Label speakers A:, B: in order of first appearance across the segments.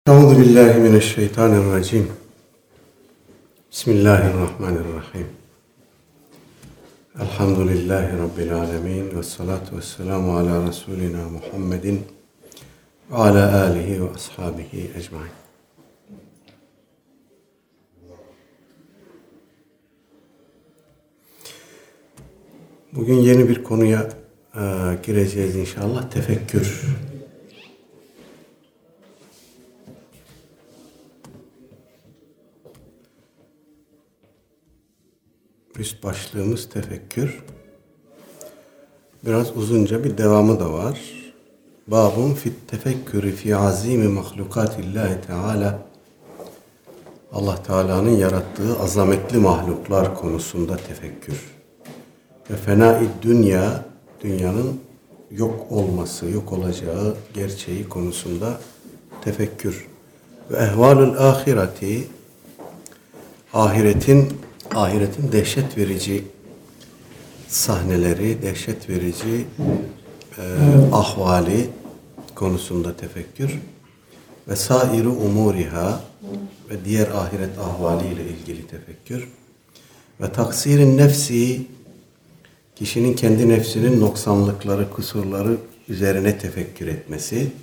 A: Euzu billahi mineşşeytanirracim. Bismillahirrahmanirrahim. Elhamdülillahi rabbil alamin ve salatu vesselamu ala resulina Muhammedin ve ala alihi ve ashabihi ecmaîn. Bugün yeni bir konuya gireceğiz inşallah. Tefekkür. Üst başlığımız tefekkür. Biraz uzunca bir devamı da var. Babun fit tefekkürü fi azimi mahlukatillahi teala. Allah Teala'nın yarattığı azametli mahluklar konusunda tefekkür. Ve fenâid dünya, dünyanın yok olması, yok olacağı gerçeği konusunda tefekkür. Ve ehvalül ahireti, ahiretin dehşet verici sahneleri, dehşet verici ahvali konusunda tefekkür ve sair umuriha ve diğer ahiret ahvali ile ilgili tefekkür ve taksirin nefsi, kişinin kendi nefsinin noksanlıkları, kusurları üzerine tefekkür etmesi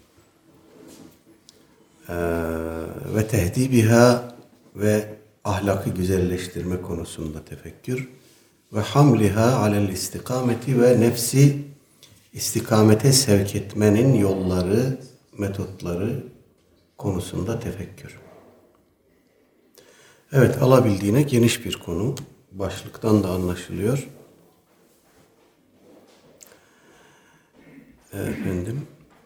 A: ve tehdibiha ve ahlakı güzelleştirme konusunda tefekkür ve hamliha alel istikameti ve nefsi istikamete sevk etmenin yolları, metotları konusunda tefekkür. Evet, alabildiğine geniş bir konu. Başlıktan da anlaşılıyor. Efendim,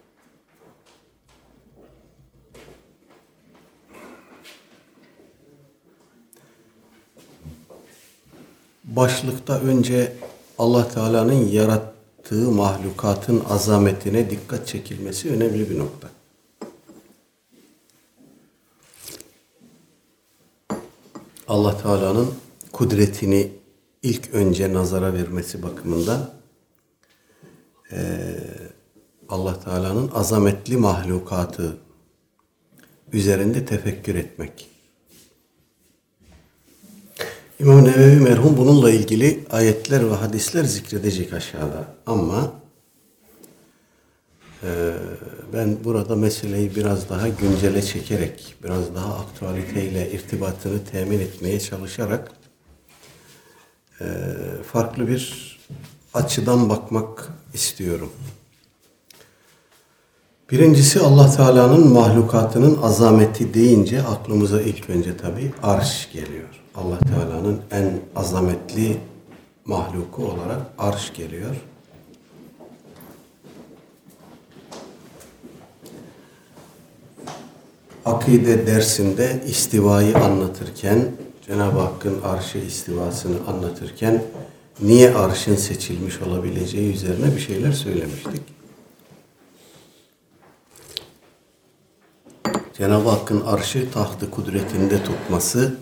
A: başlıkta önce Allah Teala'nın yarattığı mahlukatın azametine dikkat çekilmesi önemli bir nokta. Allah Teala'nın kudretini ilk önce nazara vermesi bakımından Allah Teala'nın azametli mahlukatı üzerinde tefekkür etmek. İmam Nevevi merhum bununla ilgili ayetler ve hadisler zikredecek aşağıda. Ama ben burada meseleyi biraz daha güncele çekerek, biraz daha aktualiteyle irtibatını temin etmeye çalışarak farklı bir açıdan bakmak istiyorum. Birincisi, Allah Teala'nın mahlukatının azameti deyince aklımıza ilk önce tabii arş geliyor. Allah Teala'nın en azametli mahluku olarak arş geliyor. Akide dersinde istivayı anlatırken, Cenab-ı Hakk'ın arşı istivasını anlatırken niye arşın seçilmiş olabileceği üzerine bir şeyler söylemiştik. Cenab-ı Hakk'ın arşı tahtı kudretinde tutması,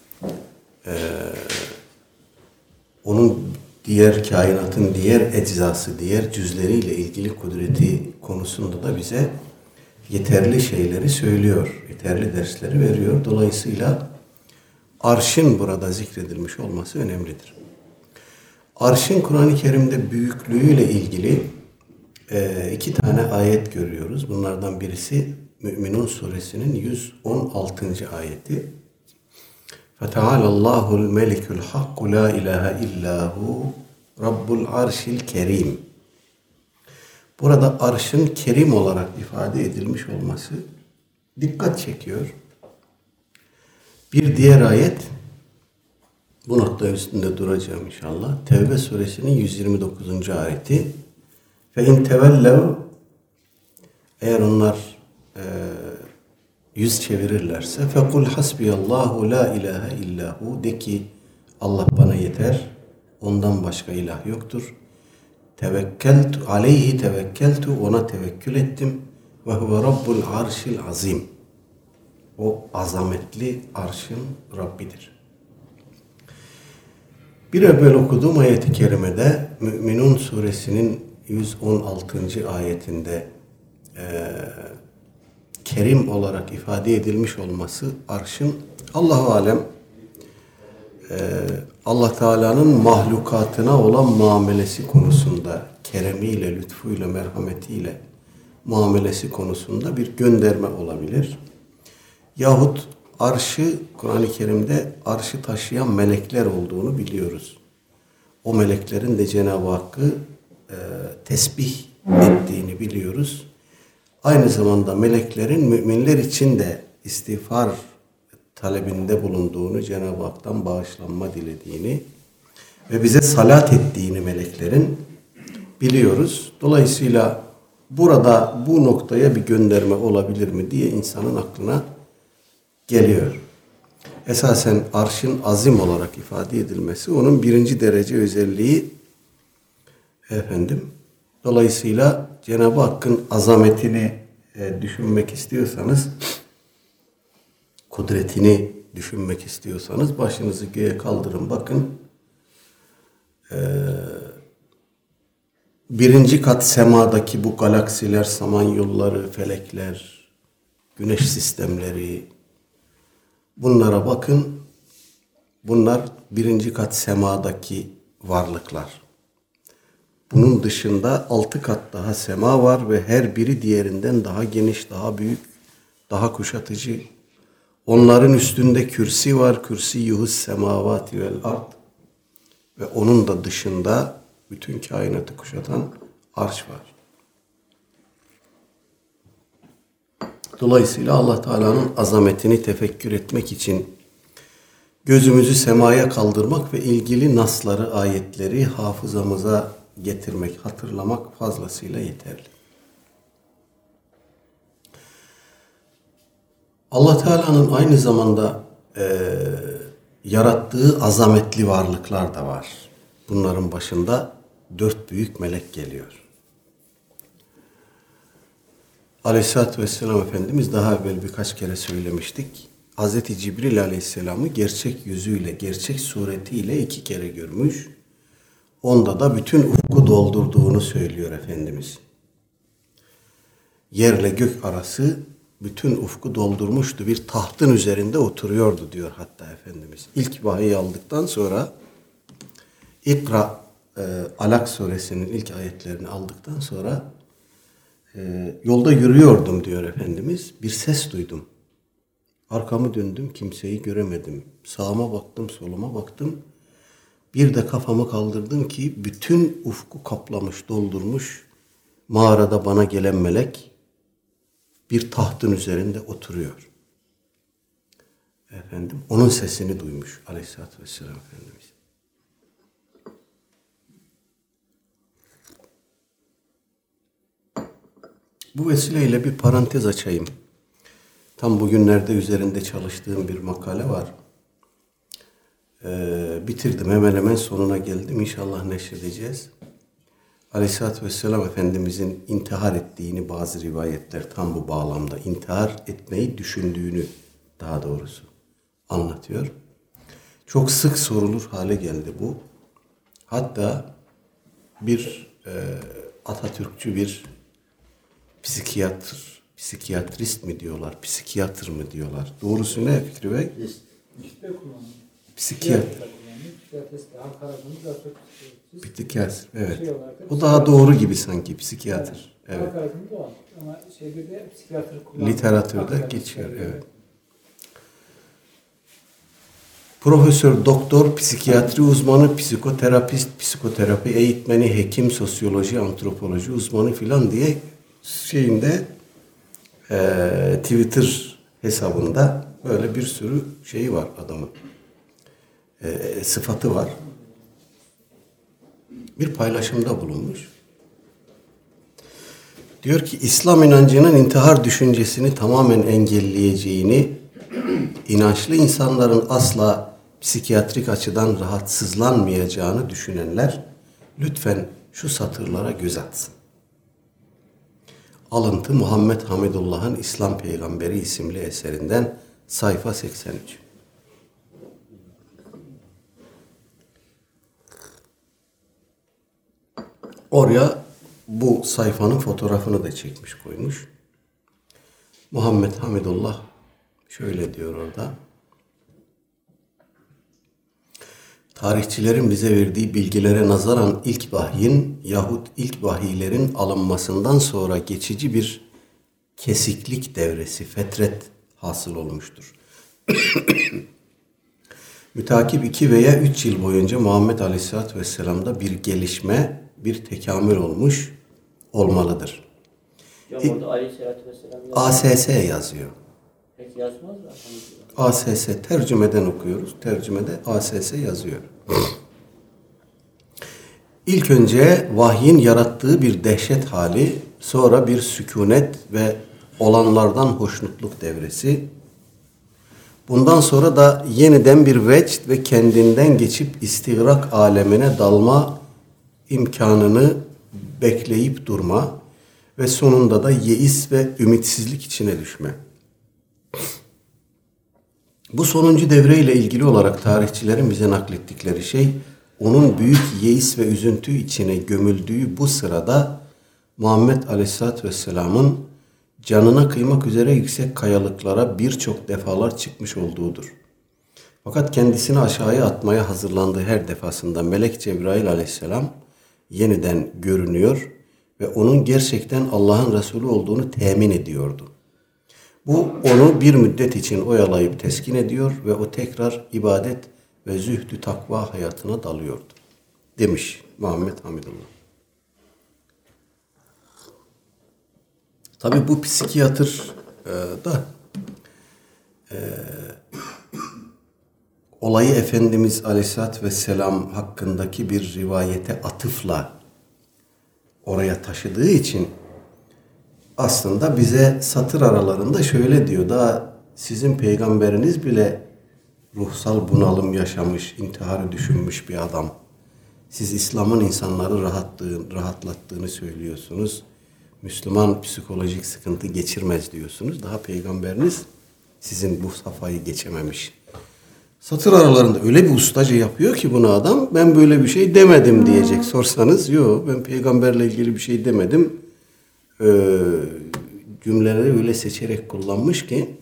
A: onun diğer kainatın diğer eczası, diğer cüzleriyle ilgili kudreti konusunda da bize yeterli şeyleri söylüyor, yeterli dersleri veriyor. Dolayısıyla arşın burada zikredilmiş olması önemlidir. Arşın Kur'an-ı Kerim'de büyüklüğüyle ilgili iki tane ayet görüyoruz. Bunlardan birisi Mü'minun suresinin 116. ayeti. فَتَعَالَ اللّٰهُ الْمَلِكُ الْحَقُّ لَا اِلَٰهَ اِلَّا هُ رَبُّ الْعَرْشِ الْكَرِيمِ. Burada arşın kerim olarak ifade edilmiş olması dikkat çekiyor. Bir diğer ayet, bu nokta üstünde duracağım inşallah. Tevbe suresinin 129. ayeti. فَاِنْ تَوَلَّوْا, eğer onlar yüz çevirirlerse فَقُلْ حَسْبِيَ اللّٰهُ لَا اِلَٰهَ اِلَّا هُ, de ki Allah bana yeter, ondan başka ilah yoktur. Tevekkeltu aleyhi tevekkeltu, ona tevekkül ettim. Ve huve rabbul arşil azim. O azametli arşın Rabbidir. Bir evvel okuduğum ayet-i kerimede Mü'minun suresinin 116. ayetinde kerim olarak ifade edilmiş olması arşın Allahu alem Allah Teala'nın mahlukatına olan muamelesi konusunda keremiyle, lütfuyla, merhametiyle muamelesi konusunda bir gönderme olabilir. Yahut arşı, Kur'an-ı Kerim'de arşı taşıyan melekler olduğunu biliyoruz. O meleklerin de Cenab-ı Hakk'ı tesbih ettiğini biliyoruz. Aynı zamanda meleklerin müminler için de istiğfar talebinde bulunduğunu, Cenab-ı Hak'tan bağışlanma dilediğini ve bize salat ettiğini meleklerin biliyoruz. Dolayısıyla burada bu noktaya bir gönderme olabilir mi diye insanın aklına geliyor. Esasen arşın azim olarak ifade edilmesi onun birinci derece özelliği efendim. Dolayısıyla Cenab-ı Hakk'ın azametini düşünmek istiyorsanız, kudretini düşünmek istiyorsanız başınızı göğe kaldırın bakın. Birinci kat semadaki bu galaksiler, samanyolları, felekler, güneş sistemleri, bunlara bakın. Bunlar birinci kat semadaki varlıklar. Bunun dışında 6 kat daha sema var ve her biri diğerinden daha geniş, daha büyük, daha kuşatıcı. Onların üstünde kürsi var. Kürsiyuhus semavati vel ard. Ve onun da dışında bütün kainatı kuşatan arş var. Dolayısıyla Allah Teala'nın azametini tefekkür etmek için gözümüzü semaya kaldırmak ve ilgili nasları, ayetleri hafızamıza getirmek, hatırlamak fazlasıyla yeterli. Allah Teala'nın aynı zamanda yarattığı azametli varlıklar da var. Bunların başında 4 büyük melek geliyor. Aleyhisselatü Vesselam Efendimiz daha evvel birkaç kere söylemiştik. Hz. Cibril Aleyhisselam'ı gerçek yüzüyle, gerçek suretiyle 2 kere görmüş. Onda da bütün ufku doldurduğunu söylüyor Efendimiz. Yerle gök arası bütün ufku doldurmuştu. Bir tahtın üzerinde oturuyordu diyor hatta Efendimiz. İlk vahiy aldıktan sonra İkra Alak suresinin ilk ayetlerini aldıktan sonra yolda yürüyordum diyor Efendimiz. Bir ses duydum. Arkamı döndüm, kimseyi göremedim. Sağıma baktım, soluma baktım. Bir de kafamı kaldırdım ki bütün ufku kaplamış, doldurmuş mağarada bana gelen melek bir tahtın üzerinde oturuyor. Efendim, onun sesini duymuş Aleyhisselatü Vesselam Efendimiz. Bu vesileyle bir parantez açayım. Tam bugünlerde üzerinde çalıştığım bir makale var. Bitirdim. Hemen hemen sonuna geldim. İnşallah neşredeceğiz. Aleyhisselatü Vesselam Efendimizin intihar ettiğini bazı rivayetler tam bu bağlamda intihar etmeyi düşündüğünü daha doğrusu anlatıyor. Çok sık sorulur hale geldi bu. Hatta bir Atatürkçü bir psikiyatrist mi diyorlar, psikiyatr mı diyorlar? Doğrusu ne Fikri Bey? Psikiyatr. Psikiyatr, evet. O daha doğru gibi sanki, psikiyatr. Evet. Literatürde geçiyor, evet. Profesör, doktor, psikiyatri uzmanı, psikoterapist, psikoterapi eğitmeni, hekim, sosyoloji, antropoloji uzmanı filan diye şeyinde Twitter hesabında böyle bir sürü şeyi var adamın. Sıfatı var. Bir paylaşımda bulunmuş. Diyor ki İslam inancının intihar düşüncesini tamamen engelleyeceğini, inançlı insanların asla psikiyatrik açıdan rahatsızlanmayacağını düşünenler lütfen şu satırlara göz atsın. Alıntı Muhammed Hamidullah'ın İslam Peygamberi isimli eserinden sayfa 83. Oraya bu sayfanın fotoğrafını da çekmiş koymuş. Muhammed Hamidullah şöyle diyor orada. Tarihçilerin bize verdiği bilgilere nazaran ilk vahyin yahut ilk vahiylerin alınmasından sonra geçici bir kesiklik devresi, fetret hasıl olmuştur. Mütakip 2 veya 3 yıl boyunca Muhammed Aleyhisselatü Vesselam'da bir gelişme, bir tekamül olmuş olmalıdır.
B: Hocam orada Aleyhisselatü Vesselam
A: ASS yazıyor.
B: pek yazmaz da.
A: ASS tercümeden okuyoruz. Tercümede ASS yazıyor. İlk önce vahyin yarattığı bir dehşet hali, sonra bir sükunet ve olanlardan hoşnutluk devresi. Bundan sonra da yeniden bir vecd ve kendinden geçip istigrak alemine dalma imkanını bekleyip durma ve sonunda da yeis ve ümitsizlik içine düşme. Bu sonuncu devreyle ilgili olarak tarihçilerin bize naklettikleri şey, onun büyük yeis ve üzüntü içine gömüldüğü bu sırada Muhammed Aleyhisselatü Vesselam'ın canına kıymak üzere yüksek kayalıklara birçok defalar çıkmış olduğudur. Fakat kendisini aşağıya atmaya hazırlandığı her defasında Melek Cebrail Aleyhisselam yeniden görünüyor ve onun gerçekten Allah'ın Resulü olduğunu temin ediyordu. Bu onu bir müddet için oyalayıp teskin ediyor ve o tekrar ibadet ve zühdü takva hayatına dalıyordu. Demiş Muhammed Hamidullah. Tabi bu psikiyatr da olayı Efendimiz Aleyhisselatü Vesselam hakkındaki bir rivayete atıfla oraya taşıdığı için aslında bize satır aralarında şöyle diyor. Daha sizin peygamberiniz bile ruhsal bunalım yaşamış, intiharı düşünmüş bir adam. Siz İslam'ın insanları rahatlattığını söylüyorsunuz. Müslüman psikolojik sıkıntı geçirmez diyorsunuz. Daha peygamberiniz sizin bu safhayı geçememiş. Satır aralarında öyle bir ustaca yapıyor ki bunu adam, ben böyle bir şey demedim diyecek. Sorsanız, yok ben peygamberle ilgili bir şey demedim. Cümleleri öyle seçerek kullanmış ki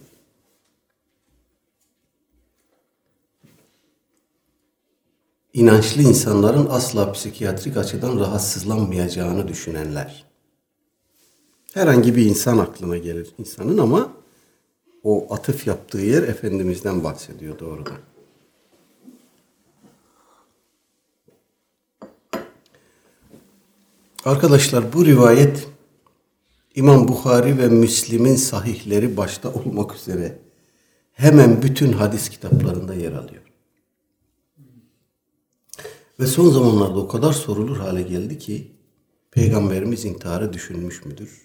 A: inançlı insanların asla psikiyatrik açıdan rahatsızlanmayacağını düşünenler. Herhangi bir insan aklına gelir insanın ama o atıf yaptığı yer Efendimiz'den bahsediyor doğrudan. Arkadaşlar bu rivayet İmam Bukhari ve Müslim'in sahihleri başta olmak üzere hemen bütün hadis kitaplarında yer alıyor. Ve son zamanlarda o kadar sorulur hale geldi ki Peygamberimiz intiharı düşünmüş müdür?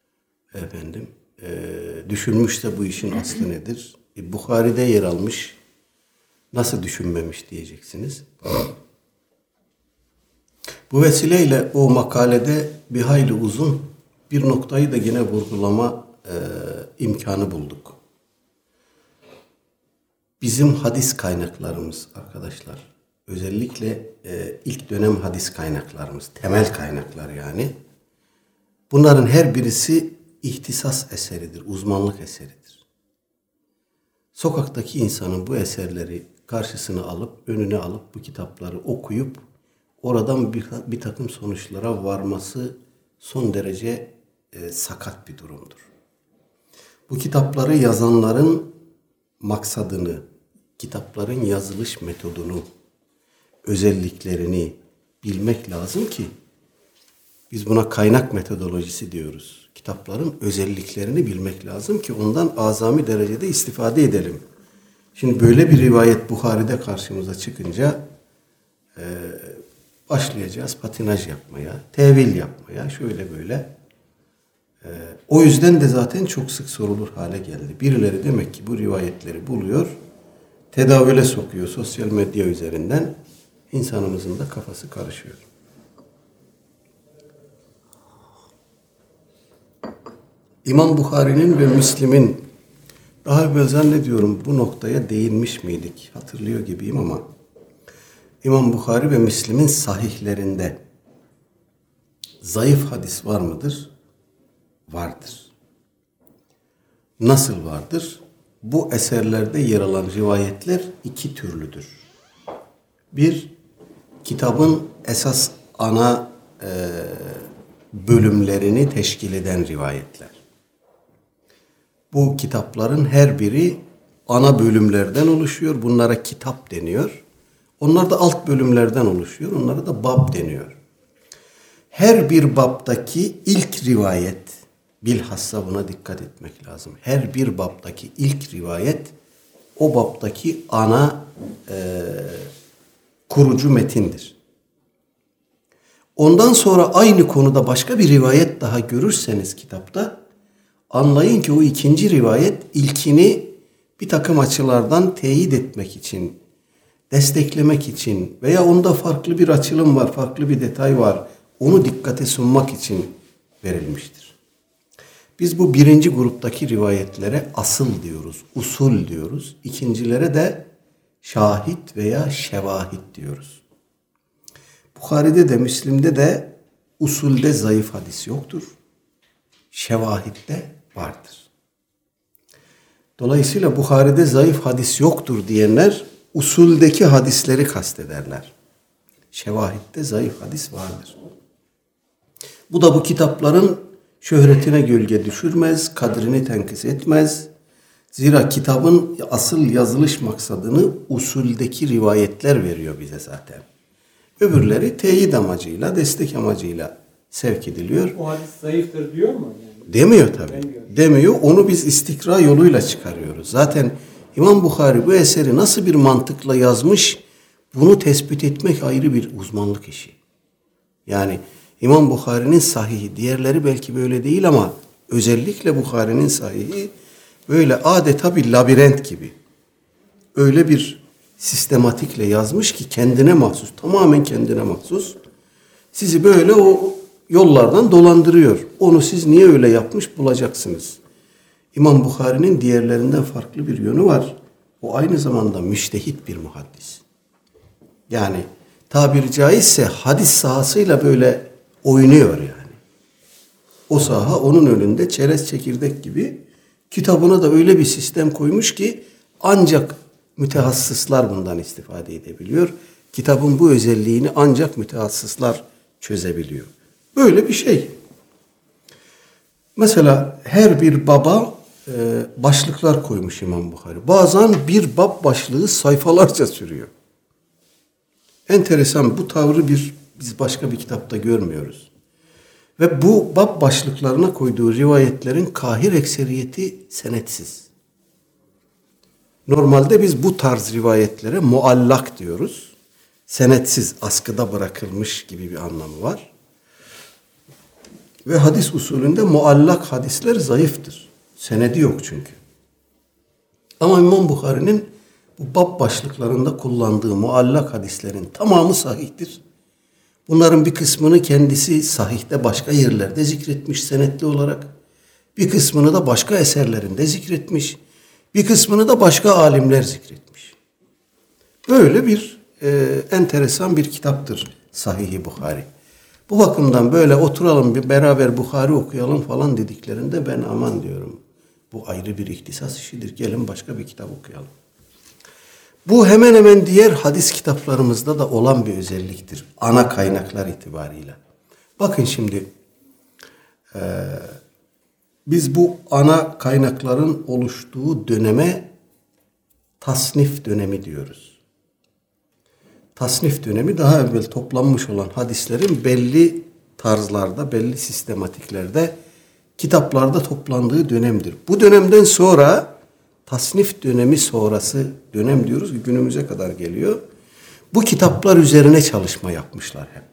A: Düşünmüşse bu işin aslı nedir? Bukhari'de yer almış. Nasıl düşünmemiş diyeceksiniz. Bu vesileyle o makalede bir hayli uzun bir noktayı da yine vurgulama imkanı bulduk. Bizim hadis kaynaklarımız arkadaşlar, özellikle ilk dönem hadis kaynaklarımız, temel kaynaklar yani, bunların her birisi ihtisas eseridir, uzmanlık eseridir. Sokaktaki insanın bu eserleri karşısına alıp, önüne alıp bu kitapları okuyup oradan bir takım sonuçlara varması son derece sakat bir durumdur. Bu kitapları yazanların maksadını, kitapların yazılış metodunu, özelliklerini bilmek lazım ki, biz buna kaynak metodolojisi diyoruz. Kitapların özelliklerini bilmek lazım ki ondan azami derecede istifade edelim. Şimdi böyle bir rivayet Bukhari'de karşımıza çıkınca başlayacağız patinaj yapmaya, tevil yapmaya, şöyle böyle. O yüzden de zaten çok sık sorulur hale geldi. Birileri demek ki bu rivayetleri buluyor, tedavüle sokuyor sosyal medya üzerinden. İnsanımızın da kafası karışıyor. İmam Bukhari'nin ve Müslim'in daha evvel zannediyorum bu noktaya değinmiş miydik? Hatırlıyor gibiyim ama İmam Bukhari ve Müslim'in sahihlerinde zayıf hadis var mıdır? Vardır. nasıl vardır? Bu eserlerde yer alan rivayetler iki türlüdür. Bir, kitabın esas ana bölümlerini teşkil eden rivayetler. Bu kitapların her biri ana bölümlerden oluşuyor. Bunlara kitap deniyor. Onlar da alt bölümlerden oluşuyor. Onlara da bab deniyor. Her bir babdaki ilk rivayet, bilhassa buna dikkat etmek lazım. Her bir babdaki ilk rivayet, o babdaki ana kurucu metindir. Ondan sonra aynı konuda başka bir rivayet daha görürseniz kitapta, anlayın ki o ikinci rivayet ilkini bir takım açılardan teyit etmek için, desteklemek için veya onda farklı bir açılım var, farklı bir detay var, onu dikkate sunmak için verilmiştir. Biz bu birinci gruptaki rivayetlere asıl diyoruz, usul diyoruz. İkincilere de şahit veya şevahit diyoruz. Bukhari'de de Müslim'de de usulde zayıf hadis yoktur. Şevahitte vardır. Dolayısıyla Bukhari'de zayıf hadis yoktur diyenler usuldeki hadisleri kastederler. Şevahitte zayıf hadis vardır. Bu da bu kitapların şöhretine gölge düşürmez, kadrini tenkis etmez. Zira kitabın asıl yazılış maksadını usuldeki rivayetler veriyor bize zaten. Öbürleri teyit amacıyla, destek amacıyla sevk ediliyor.
C: O hadis zayıftır diyor mu? Yani?
A: Demiyor tabii. Demiyor. Onu biz istikra yoluyla çıkarıyoruz. Zaten İmam Bukhari bu eseri nasıl bir mantıkla yazmış, bunu tespit etmek ayrı bir uzmanlık işi. Yani İmam Bukhari'nin sahihi, diğerleri belki böyle değil ama özellikle Bukhari'nin sahihi böyle adeta bir labirent gibi. Öyle bir sistematikle yazmış ki kendine mahsus, tamamen kendine mahsus. Sizi böyle o yollardan dolandırıyor. Onu siz niye öyle yapmış bulacaksınız. İmam Bukhari'nin diğerlerinden farklı bir yönü var. O aynı zamanda müştehit bir muhaddis. Yani tabiri caizse hadis sahasıyla böyle oynuyor yani. O saha onun önünde çerez çekirdek gibi. Kitabına da öyle bir sistem koymuş ki ancak mütehassıslar bundan istifade edebiliyor. Kitabın bu özelliğini ancak mütehassıslar çözebiliyor. Böyle bir şey. Mesela her bir baba başlıklar koymuş İmam Bukhari. Bazen bir bab başlığı sayfalarca sürüyor. Enteresan, bu tavrı biz başka bir kitapta görmüyoruz. Ve bu bab başlıklarına koyduğu rivayetlerin kahir ekseriyeti senetsiz. Normalde biz bu tarz rivayetlere muallak diyoruz. Senetsiz, askıda bırakılmış gibi bir anlamı var. Ve hadis usulünde muallak hadisler zayıftır. Senedi yok çünkü. Ama İmam Bukhari'nin bu bab başlıklarında kullandığı muallak hadislerin tamamı sahihtir. Bunların bir kısmını kendisi sahihte başka yerlerde zikretmiş senetli olarak. Bir kısmını da başka eserlerinde zikretmiş. Bir kısmını da başka alimler zikretmiş. Böyle bir enteresan bir kitaptır Sahih-i Bukhari. Bu bakımdan böyle oturalım bir beraber Bukhari okuyalım falan dediklerinde ben aman diyorum. Bu ayrı bir ihtisas işidir. Gelin başka bir kitap okuyalım. Bu hemen hemen diğer hadis kitaplarımızda da olan bir özelliktir. Ana kaynaklar itibarıyla. Bakın şimdi biz bu ana kaynakların oluştuğu döneme tasnif dönemi diyoruz. Tasnif dönemi daha evvel toplanmış olan hadislerin belli tarzlarda, belli sistematiklerde, kitaplarda toplandığı dönemdir. Bu dönemden sonra tasnif dönemi sonrası dönem diyoruz ki günümüze kadar geliyor. Bu kitaplar üzerine çalışma yapmışlar hep.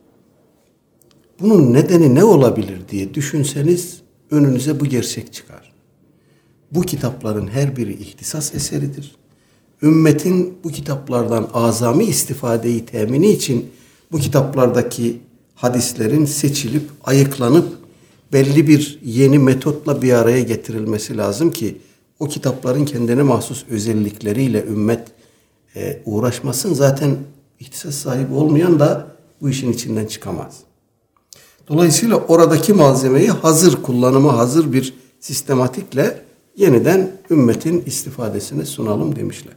A: Bunun nedeni ne olabilir diye düşünseniz önünüze bu gerçek çıkar. Bu kitapların her biri ihtisas eseridir. Ümmetin bu kitaplardan azami istifadeyi temini için bu kitaplardaki hadislerin seçilip, ayıklanıp belli bir yeni metotla bir araya getirilmesi lazım ki o kitapların kendine mahsus özellikleriyle ümmet uğraşmasın. Zaten ihtisas sahibi olmayan da bu işin içinden çıkamaz. Dolayısıyla oradaki malzemeyi hazır kullanıma hazır bir sistematikle yeniden ümmetin istifadesine sunalım demişler.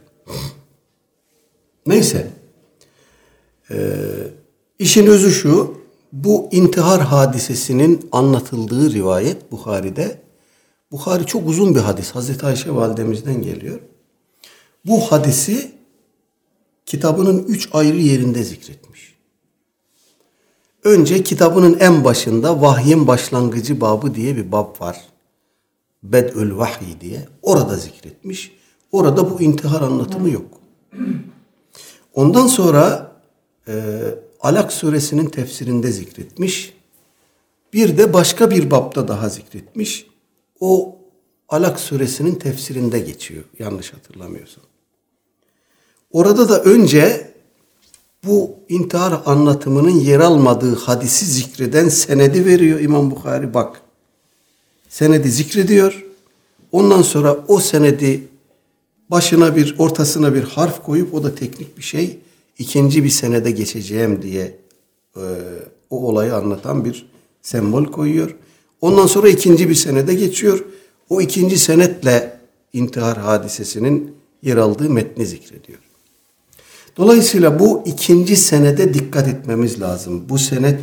A: Neyse. İşin özü şu, bu intihar hadisesinin anlatıldığı rivayet Buhari'de. Buhari çok uzun bir hadis. Hazreti Ayşe validemizden geliyor. Bu hadisi kitabının 3 ayrı yerinde zikretmiş. Önce kitabının en başında vahyin başlangıcı babı diye bir bab var. Bed'ül Vahiy diye. Orada zikretmiş. Orada bu intihar anlatımı yok. Ondan sonra Alak suresinin tefsirinde zikretmiş. Bir de başka bir babda daha zikretmiş. O Alak suresinin tefsirinde geçiyor. Yanlış hatırlamıyorsam. Orada da önce bu intihar anlatımının yer almadığı hadisi zikreden senedi veriyor İmam Buhari. Bak, senedi zikrediyor. Ondan sonra o senedi başına bir, ortasına bir harf koyup, o da teknik bir şey, ikinci bir senede geçeceğim diye o olayı anlatan bir sembol koyuyor. Ondan sonra ikinci bir senede geçiyor. O ikinci senetle intihar hadisesinin yer aldığı metni zikrediyor. Dolayısıyla bu ikinci senede dikkat etmemiz lazım. Bu senet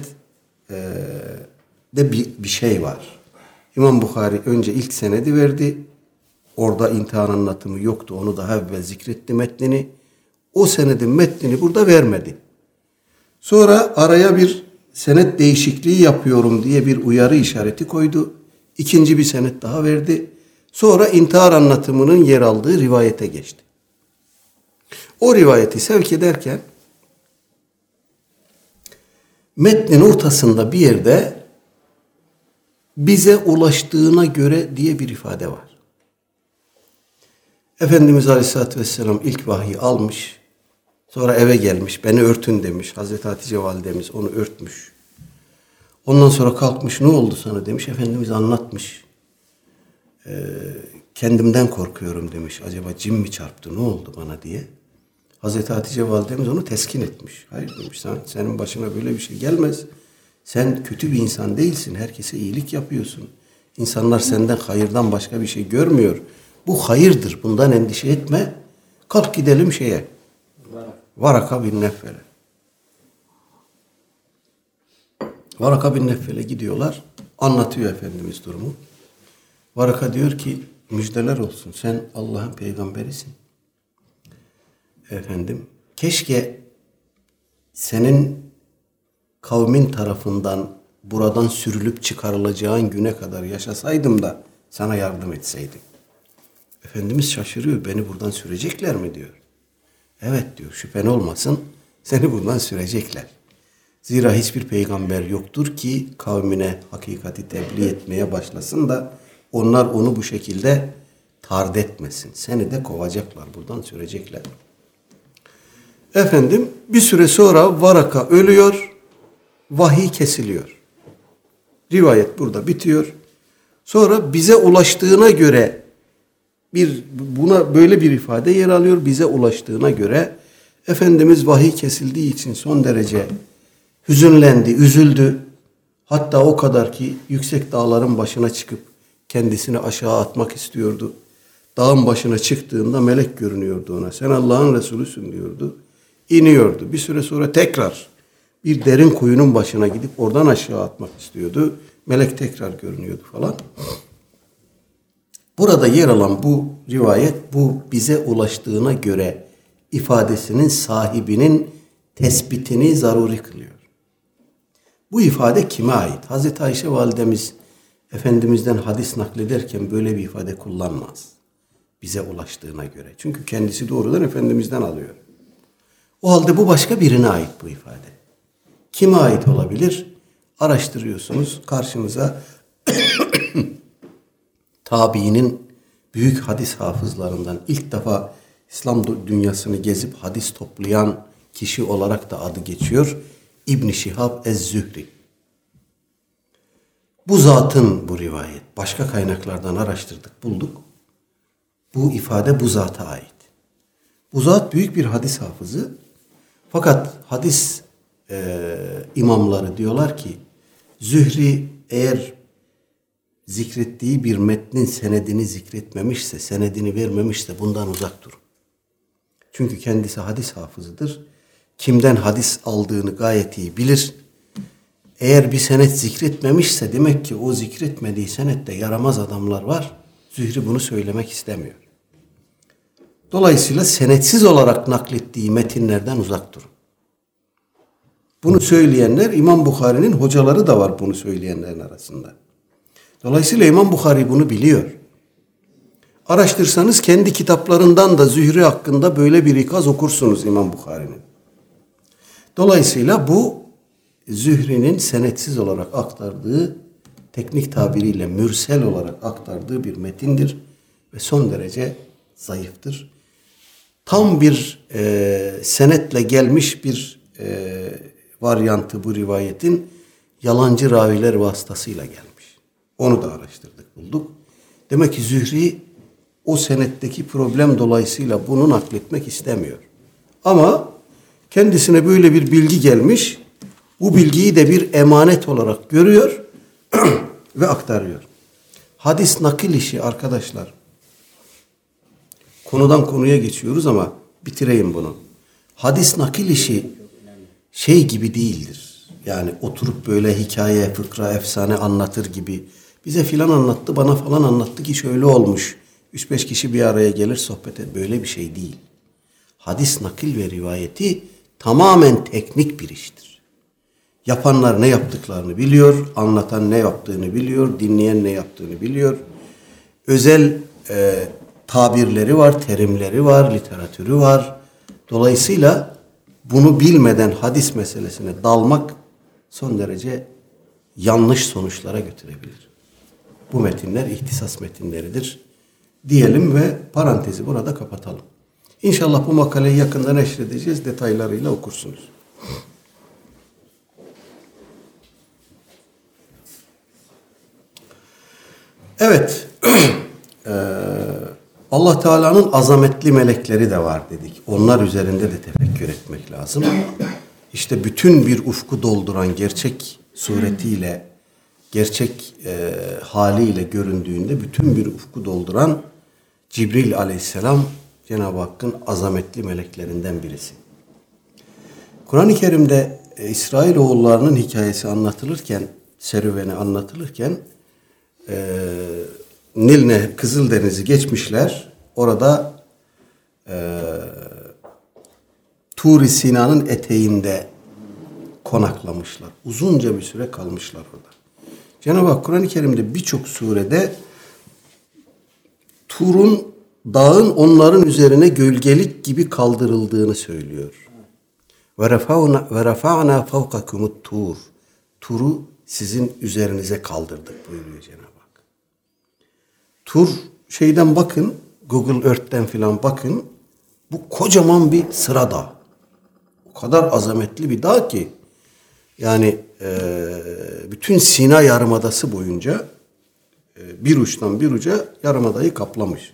A: de bir şey var. İmam Buhari önce ilk senedi verdi. Orada intihar anlatımı yoktu. Onu daha evvel zikretti metnini. O senedin metnini burada vermedi. Sonra araya bir senet değişikliği yapıyorum diye bir uyarı işareti koydu. İkinci bir senet daha verdi. Sonra intihar anlatımının yer aldığı rivayete geçti. O rivayeti sevk ederken metnin ortasında bir yerde bize ulaştığına göre diye bir ifade var. Efendimiz Aleyhisselatü Vesselam ilk vahyi almış. Sonra eve gelmiş. Beni örtün demiş. Hazreti Hatice validemiz onu örtmüş. Ondan sonra kalkmış. Ne oldu sana demiş. Efendimiz anlatmış. Kendimden korkuyorum demiş. Acaba cin mi çarptı? Ne oldu bana diye. Hazreti Hatice validemiz onu teskin etmiş. Hayır demiş. Senin başına böyle bir şey gelmez. Sen kötü bir insan değilsin. Herkese iyilik yapıyorsun. İnsanlar senden hayırdan başka bir şey görmüyor. Bu hayırdır. Bundan endişe etme. Kalk gidelim şeye. Varaka bin Neffele. Varaka bin Neffele gidiyorlar. Anlatıyor Efendimiz durumu. Varaka diyor ki müjdeler olsun. Sen Allah'ın peygamberisin. Efendim, keşke senin kavmin tarafından buradan sürülüp çıkarılacağın güne kadar yaşasaydım da sana yardım etseydim. Efendimiz şaşırıyor. Beni buradan sürecekler mi diyor. Evet diyor, şüphen olmasın, seni buradan sürecekler. Zira hiçbir peygamber yoktur ki kavmine hakikati tebliğ etmeye başlasın da onlar onu bu şekilde tard etmesin. Seni de kovacaklar, buradan sürecekler. Efendim, bir süre sonra Varaka ölüyor, vahiy kesiliyor. Rivayet burada bitiyor. Sonra bize ulaştığına göre buna böyle bir ifade yer alıyor. Bize ulaştığına göre Efendimiz vahiy kesildiği için son derece hüzünlendi, üzüldü. Hatta o kadar ki yüksek dağların başına çıkıp kendisini aşağı atmak istiyordu. Dağın başına çıktığında melek görünüyordu ona. Sen Allah'ın Resulüsün diyordu. İniyordu. Bir süre sonra tekrar bir derin kuyunun başına gidip oradan aşağı atmak istiyordu. Melek tekrar görünüyordu falan. Burada yer alan bu rivayet, bu bize ulaştığına göre ifadesinin sahibinin tespitini zaruri kılıyor. Bu ifade kime ait? Hazreti Ayşe validemiz Efendimiz'den hadis naklederken böyle bir ifade kullanmaz. Bize ulaştığına göre. Çünkü kendisi doğrudan Efendimiz'den alıyor. O halde bu başka birine ait bu ifade. Kime ait olabilir? Araştırıyorsunuz. Karşınıza tabiinin büyük hadis hafızlarından ilk defa İslam dünyasını gezip hadis toplayan kişi olarak da adı geçiyor. İbn Şihab Ez-Zühri. Bu zatın bu rivayet. Başka kaynaklardan araştırdık, bulduk. Bu ifade bu zata ait. Bu zat büyük bir hadis hafızı. Fakat hadis imamları diyorlar ki Zühri eğer zikrettiği bir metnin senedini zikretmemişse, senedini vermemişse bundan uzak durun. Çünkü kendisi hadis hafızıdır. Kimden hadis aldığını gayet iyi bilir. Eğer bir senet zikretmemişse demek ki o zikretmediği senette yaramaz adamlar var. Zühri bunu söylemek istemiyor. Dolayısıyla senetsiz olarak naklettiği metinlerden uzak durun. Bunu söyleyenler İmam Bukhari'nin hocaları da var bunu söyleyenlerin arasında. Dolayısıyla İmam Bukhari bunu biliyor. Araştırsanız kendi kitaplarından da Zühri hakkında böyle bir ikaz okursunuz İmam Bukhari'nin. Dolayısıyla bu Zühri'nin senetsiz olarak aktardığı, teknik tabiriyle mürsel olarak aktardığı bir metindir ve son derece zayıftır. Tam bir senetle gelmiş bir varyantı bu rivayetin yalancı raviler vasıtasıyla gelmiş. Onu da araştırdık, bulduk. Demek ki Zühri o senetteki problem dolayısıyla bunu nakletmek istemiyor. Ama kendisine böyle bir bilgi gelmiş, bu bilgiyi de bir emanet olarak görüyor ve aktarıyor. Hadis nakil işi arkadaşlar. Konudan konuya geçiyoruz ama bitireyim bunu. Hadis nakil işi şey gibi değildir. Yani oturup böyle hikaye, fıkra, efsane anlatır gibi. Bize filan anlattı, bana falan anlattı ki şöyle olmuş. 3-5 kişi bir araya gelir sohbet et. Böyle bir şey değil. Hadis nakil ve rivayeti tamamen teknik bir iştir. Yapanlar ne yaptıklarını biliyor, anlatan ne yaptığını biliyor, dinleyen ne yaptığını biliyor. Özel tabirleri var, terimleri var, literatürü var. Dolayısıyla bunu bilmeden hadis meselesine dalmak son derece yanlış sonuçlara götürebilir. Bu metinler ihtisas metinleridir diyelim ve parantezi burada kapatalım. İnşallah bu makaleyi yakında neşredeceğiz, detaylarıyla okursunuz. Evet, Allah Teala'nın azametli melekleri de var dedik. Onlar üzerinde de tefekkür etmek lazım. İşte bütün bir ufku dolduran gerçek suretiyle, gerçek haliyle göründüğünde bütün bir ufku dolduran Cibril aleyhisselam Cenab-ı Hakk'ın azametli meleklerinden birisi. Kur'an-ı Kerim'de İsrailoğullarının hikayesi anlatılırken, serüveni anlatılırken Nil Nehri, Kızıldeniz'i geçmişler. Orada Tur-i Sina'nın eteğinde konaklamışlar. Uzunca bir süre kalmışlar orada. Cenab-ı Hak Kur'an-ı Kerim'de birçok surede Tur'un, dağın onların üzerine gölgelik gibi kaldırıldığını söylüyor. Ve rafa'na fawqakumut tur. Tur'u sizin üzerinize kaldırdık buyuruyor Cenab-ı Hak. Tur şeyden bakın, Google Earth'ten filan bakın. Bu kocaman bir sıra dağ. O kadar azametli bir dağ ki yani bütün Sina Yarımadası boyunca bir uçtan bir uca Yarımada'yı kaplamış.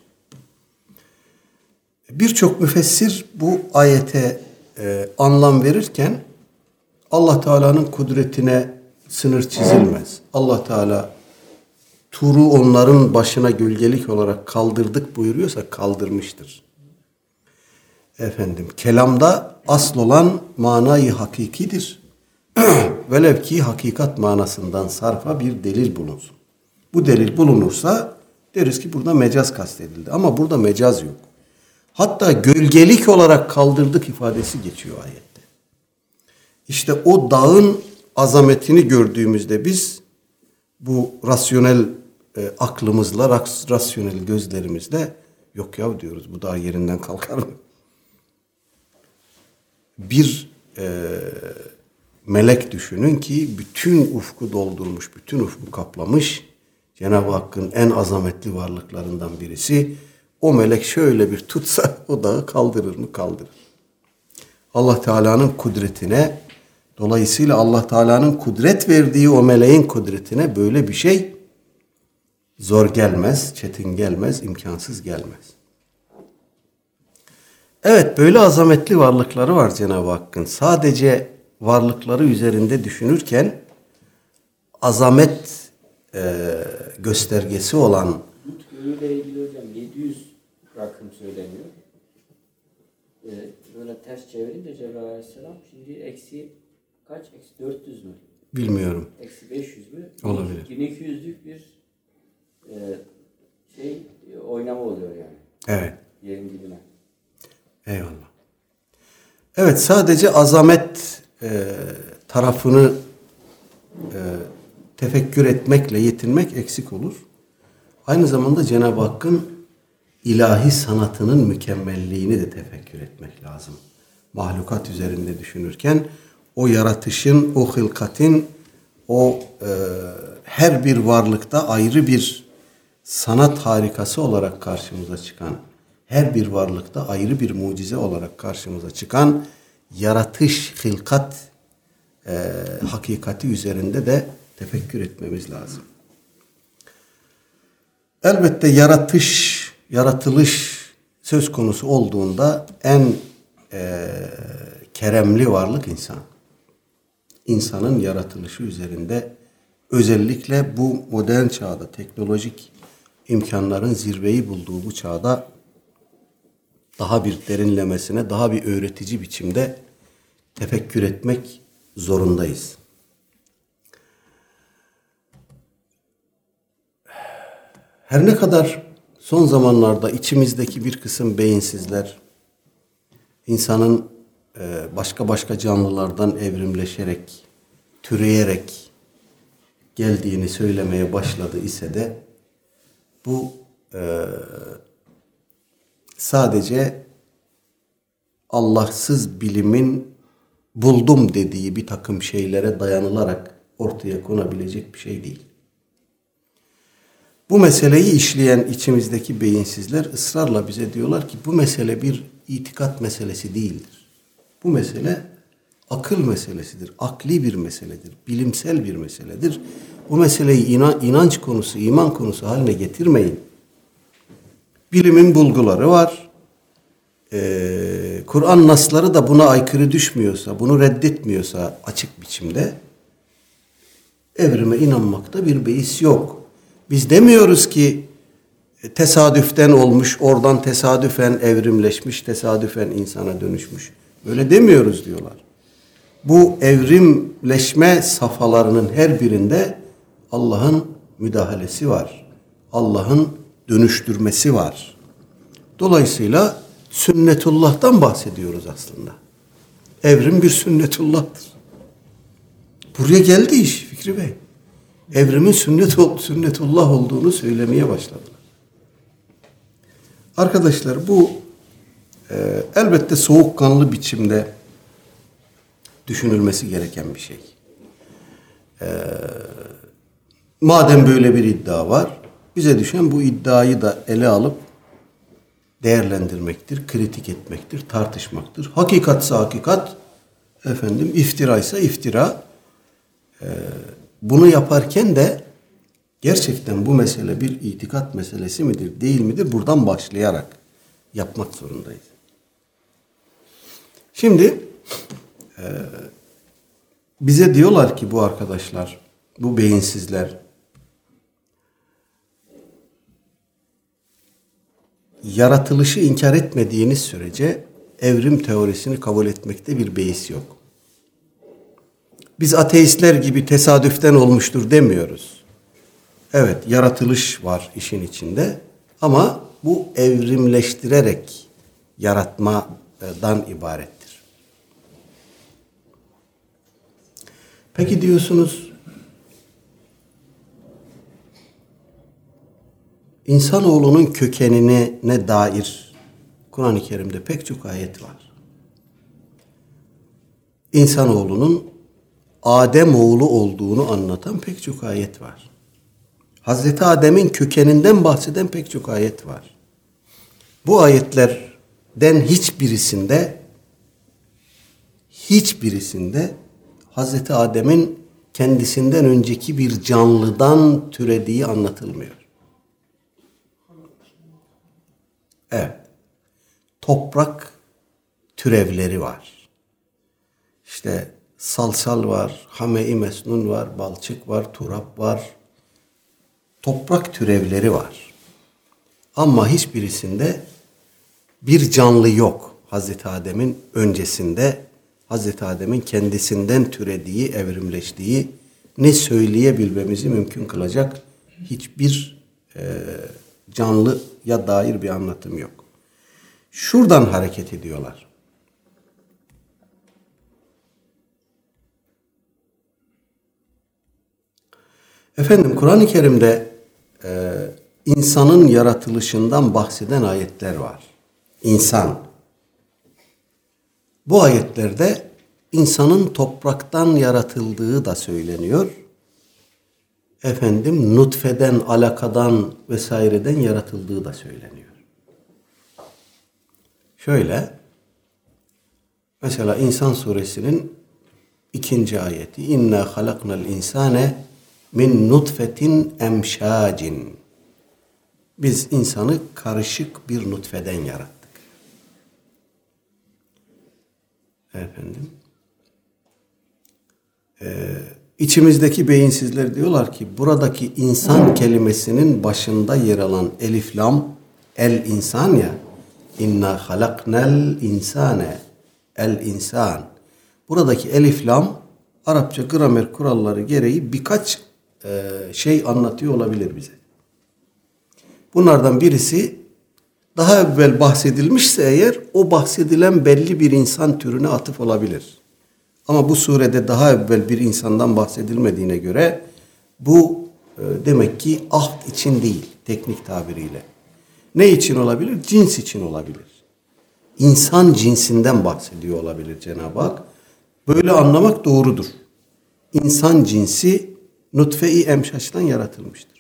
A: Birçok müfessir bu ayete anlam verirken Allah Teala'nın kudretine sınır çizilmez. Allah Teala Tur'u onların başına gölgelik olarak kaldırdık buyuruyorsa kaldırmıştır. Efendim, kelamda asıl olan manayı hakikidir. Velev ki hakikat manasından sarfa bir delil bulunsun. Bu delil bulunursa deriz ki burada mecaz kastedildi. Ama burada mecaz yok. Hatta gölgelik olarak kaldırdık ifadesi geçiyor ayette. İşte o dağın azametini gördüğümüzde biz bu rasyonel aklımızla, rasyonel gözlerimizle yok ya diyoruz, bu dağ yerinden kalkar mı? Bir melek düşünün ki bütün ufku doldurmuş, bütün ufku kaplamış. Cenab-ı Hakk'ın en azametli varlıklarından birisi. O melek şöyle bir tutsa o dağı kaldırır mı? Kaldırır. Allah Teala'nın kudretine, dolayısıyla Allah Teala'nın kudret verdiği o meleğin kudretine böyle bir şey zor gelmez, çetin gelmez, imkansız gelmez. Evet, böyle azametli varlıkları var Cenab-ı Hakk'ın. Sadece varlıkları üzerinde düşünürken azamet göstergesi olan
B: Hud köyüyle ilgili hocam 700 rakım söyleniyor. Böyle ters çevirince Cebrail Aleyhisselam şimdi eksi kaç? Eksi 400 mü?
A: bilmiyorum.
B: Eksi 500 mü?
A: Olabilir.
B: 1200'lük bir oynama oluyor yani.
A: Evet.
B: Yerin dibine.
A: Eyvallah. Evet, sadece azamet tarafını tefekkür etmekle yetinmek eksik olur. Aynı zamanda Cenab-ı Hakk'ın ilahi sanatının mükemmelliğini de tefekkür etmek lazım. Mahlukat üzerinde düşünürken o yaratışın, o hılkatin, o her bir varlıkta ayrı bir sanat harikası olarak karşımıza çıkan, her bir varlıkta ayrı bir mucize olarak karşımıza çıkan yaratış, hılkat hakikati üzerinde de tefekkür etmemiz lazım. Elbette yaratılış söz konusu olduğunda en keremli varlık insan. İnsanın yaratılışı üzerinde özellikle bu modern çağda, teknolojik imkanların zirveyi bulduğu bu çağda daha bir derinlemesine, daha bir öğretici biçimde tefekkür etmek zorundayız. Her ne kadar son zamanlarda içimizdeki bir kısım beyinsizler insanın başka canlılardan evrimleşerek, türeyerek geldiğini söylemeye başladı ise de bu sadece Allahsız bilimin buldum dediği bir takım şeylere dayanılarak ortaya konabilecek bir şey değil. Bu meseleyi işleyen içimizdeki beyinsizler ısrarla bize diyorlar ki bu mesele bir itikat meselesi değildir. Bu mesele akıl meselesidir, akli bir meseledir, bilimsel bir meseledir. Bu meseleyi inanç konusu, iman konusu haline getirmeyin. Bilimin bulguları var. Kur'an nasları da buna aykırı düşmüyorsa, bunu reddetmiyorsa açık biçimde evrime inanmakta bir beis yok. Biz demiyoruz ki tesadüften olmuş, oradan tesadüfen evrimleşmiş, tesadüfen insana dönüşmüş. Böyle demiyoruz diyorlar. Bu evrimleşme safhalarının her birinde Allah'ın müdahalesi var. Allah'ın dönüştürmesi var. Dolayısıyla sünnetullah'tan bahsediyoruz aslında. Evrim bir sünnetullah'tır. Buraya geldi iş Fikri Bey. Evrimin sünnetullah olduğunu söylemeye başladılar. Arkadaşlar bu elbette soğukkanlı biçimde düşünülmesi gereken bir şey. Madem böyle bir iddia var, bize düşen bu iddiayı da ele alıp değerlendirmektir, kritik etmektir, tartışmaktır. Hakikatsa hakikat, iftiraysa iftira. Bunu yaparken de gerçekten bu mesele bir itikat meselesi midir, değil midir? Buradan başlayarak yapmak zorundayız. Şimdi bize diyorlar ki bu arkadaşlar, bu beyinsizler, yaratılışı inkar etmediğiniz sürece evrim teorisini kabul etmekte bir beis yok. Biz ateistler gibi tesadüften olmuştur demiyoruz. Evet, yaratılış var işin içinde ama bu evrimleştirerek yaratmadan ibarettir. Peki diyorsunuz, İnsanoğlunun kökenine dair Kur'an-ı Kerim'de pek çok ayet var. İnsanoğlunun Ademoğlu olduğunu anlatan pek çok ayet var. Hazreti Adem'in kökeninden bahseden pek çok ayet var. Bu ayetlerden hiçbirisinde Hazreti Adem'in kendisinden önceki bir canlıdan türediği anlatılmıyor. Evet. Toprak türevleri var. İşte salsal var, hame-i mesnun var, balçık var, turap var, toprak türevleri var. Ama hiçbirisinde bir canlı yok. Hazreti Adem'in öncesinde, Hazreti Adem'in kendisinden türediği, evrimleştiği, ne söyleyebilmemizi mümkün kılacak hiçbir canlıya dair bir anlatım yok. Şuradan hareket ediyorlar. Efendim, Kur'an-ı Kerim'de insanın yaratılışından bahseden ayetler var. İnsan. Bu ayetlerde insanın topraktan yaratıldığı da söyleniyor. Efendim, nutfeden, alakadan vesaireden yaratıldığı da söyleniyor. Şöyle, mesela İnsan suresinin 2. ayeti. İnna halaknal insane min nutfetin emşacin. Biz insanı karışık bir nutfeden yarattık. Efendim, içimizdeki beyinsizler diyorlar ki buradaki insan kelimesinin başında yer alan elif lam, el insan ya, inna halaknel insane, el insan. Buradaki elif lam Arapça gramer kuralları gereği birkaç şey anlatıyor olabilir bize. Bunlardan birisi, daha evvel bahsedilmişse eğer, o bahsedilen belli bir insan türüne atıf olabilir. Ama bu surede daha evvel bir insandan bahsedilmediğine göre bu demek ki ahd için değil, teknik tabiriyle. Ne için olabilir? Cins için olabilir. İnsan cinsinden bahsediyor olabilir Cenab-ı Hak. Böyle anlamak doğrudur. İnsan cinsi nutfe-i emşaçtan yaratılmıştır.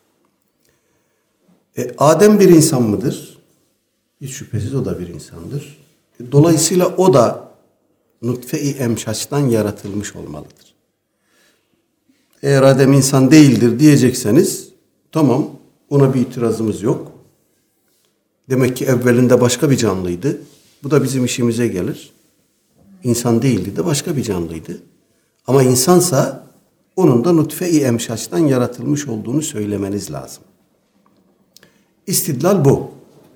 A: Adem bir insan mıdır? Hiç şüphesiz o da bir insandır. Dolayısıyla o da nutfe-i emşaçtan yaratılmış olmalıdır. Eğer Adem insan değildir diyecekseniz, tamam, ona bir itirazımız yok. Demek ki evvelinde başka bir canlıydı. Bu da bizim işimize gelir. İnsan değildi de başka bir canlıydı. Ama insansa onun da nutfe-i emşaçtan yaratılmış olduğunu söylemeniz lazım. İstidlal bu.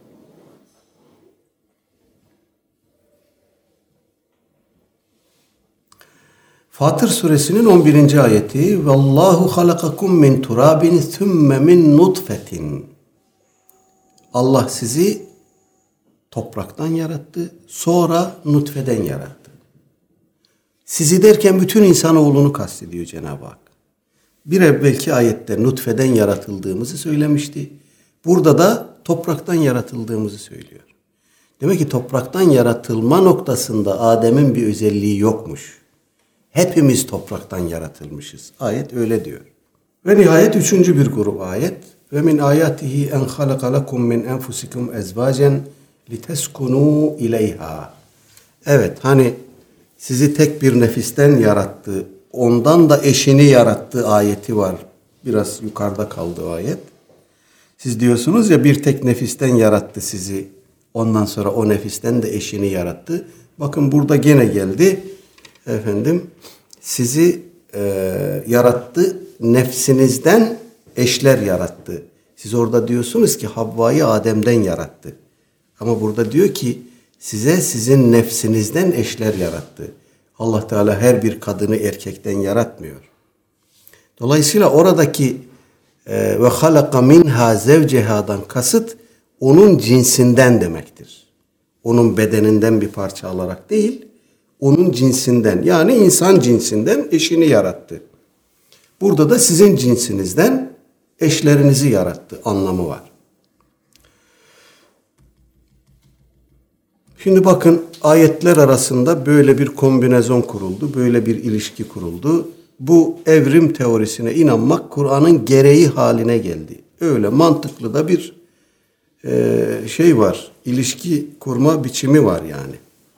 A: Fatır suresinin 11. ayeti. Vallahu halakakum min turabin thumme min nutfetin. Allah sizi topraktan yarattı, sonra nutfeden yarattı. Sizi derken bütün insanoğlunu kastediyor Cenab-ı Hak. Bir evvelki ayette nutfeden yaratıldığımızı söylemişti. Burada da topraktan yaratıldığımızı söylüyor. Demek ki topraktan yaratılma noktasında Adem'in bir özelliği yokmuş. Hepimiz topraktan yaratılmışız. Ayet öyle diyor. Ve nihayet 3. bir grup ayet. Ve min ayatihi en halaka lekum min enfusikum ezvacen liteskunu ileyha. Evet, hani sizi tek bir nefisten yarattı, ondan da eşini yarattı ayeti var. Biraz yukarıda kaldı ayet. Siz diyorsunuz ya, bir tek nefisten yarattı sizi, ondan sonra o nefisten de eşini yarattı. Bakın burada gene geldi. Efendim, sizi yarattı, nefsinizden eşler yarattı. Siz orada diyorsunuz ki Havva'yı Adem'den yarattı. Ama burada diyor ki size sizin nefsinizden eşler yarattı. Allah Teala her bir kadını erkekten yaratmıyor. Dolayısıyla oradaki ve halaka minha zevcehadan kasıt onun cinsinden demektir. Onun bedeninden bir parça alarak değil, onun cinsinden, yani insan cinsinden eşini yarattı. Burada da sizin cinsinizden eşlerinizi yarattı anlamı var. Şimdi bakın, ayetler arasında böyle bir kombinezon kuruldu, böyle bir ilişki kuruldu. Bu evrim teorisine inanmak Kur'an'ın gereği haline geldi. Öyle mantıklı da bir şey var, ilişki kurma biçimi var yani.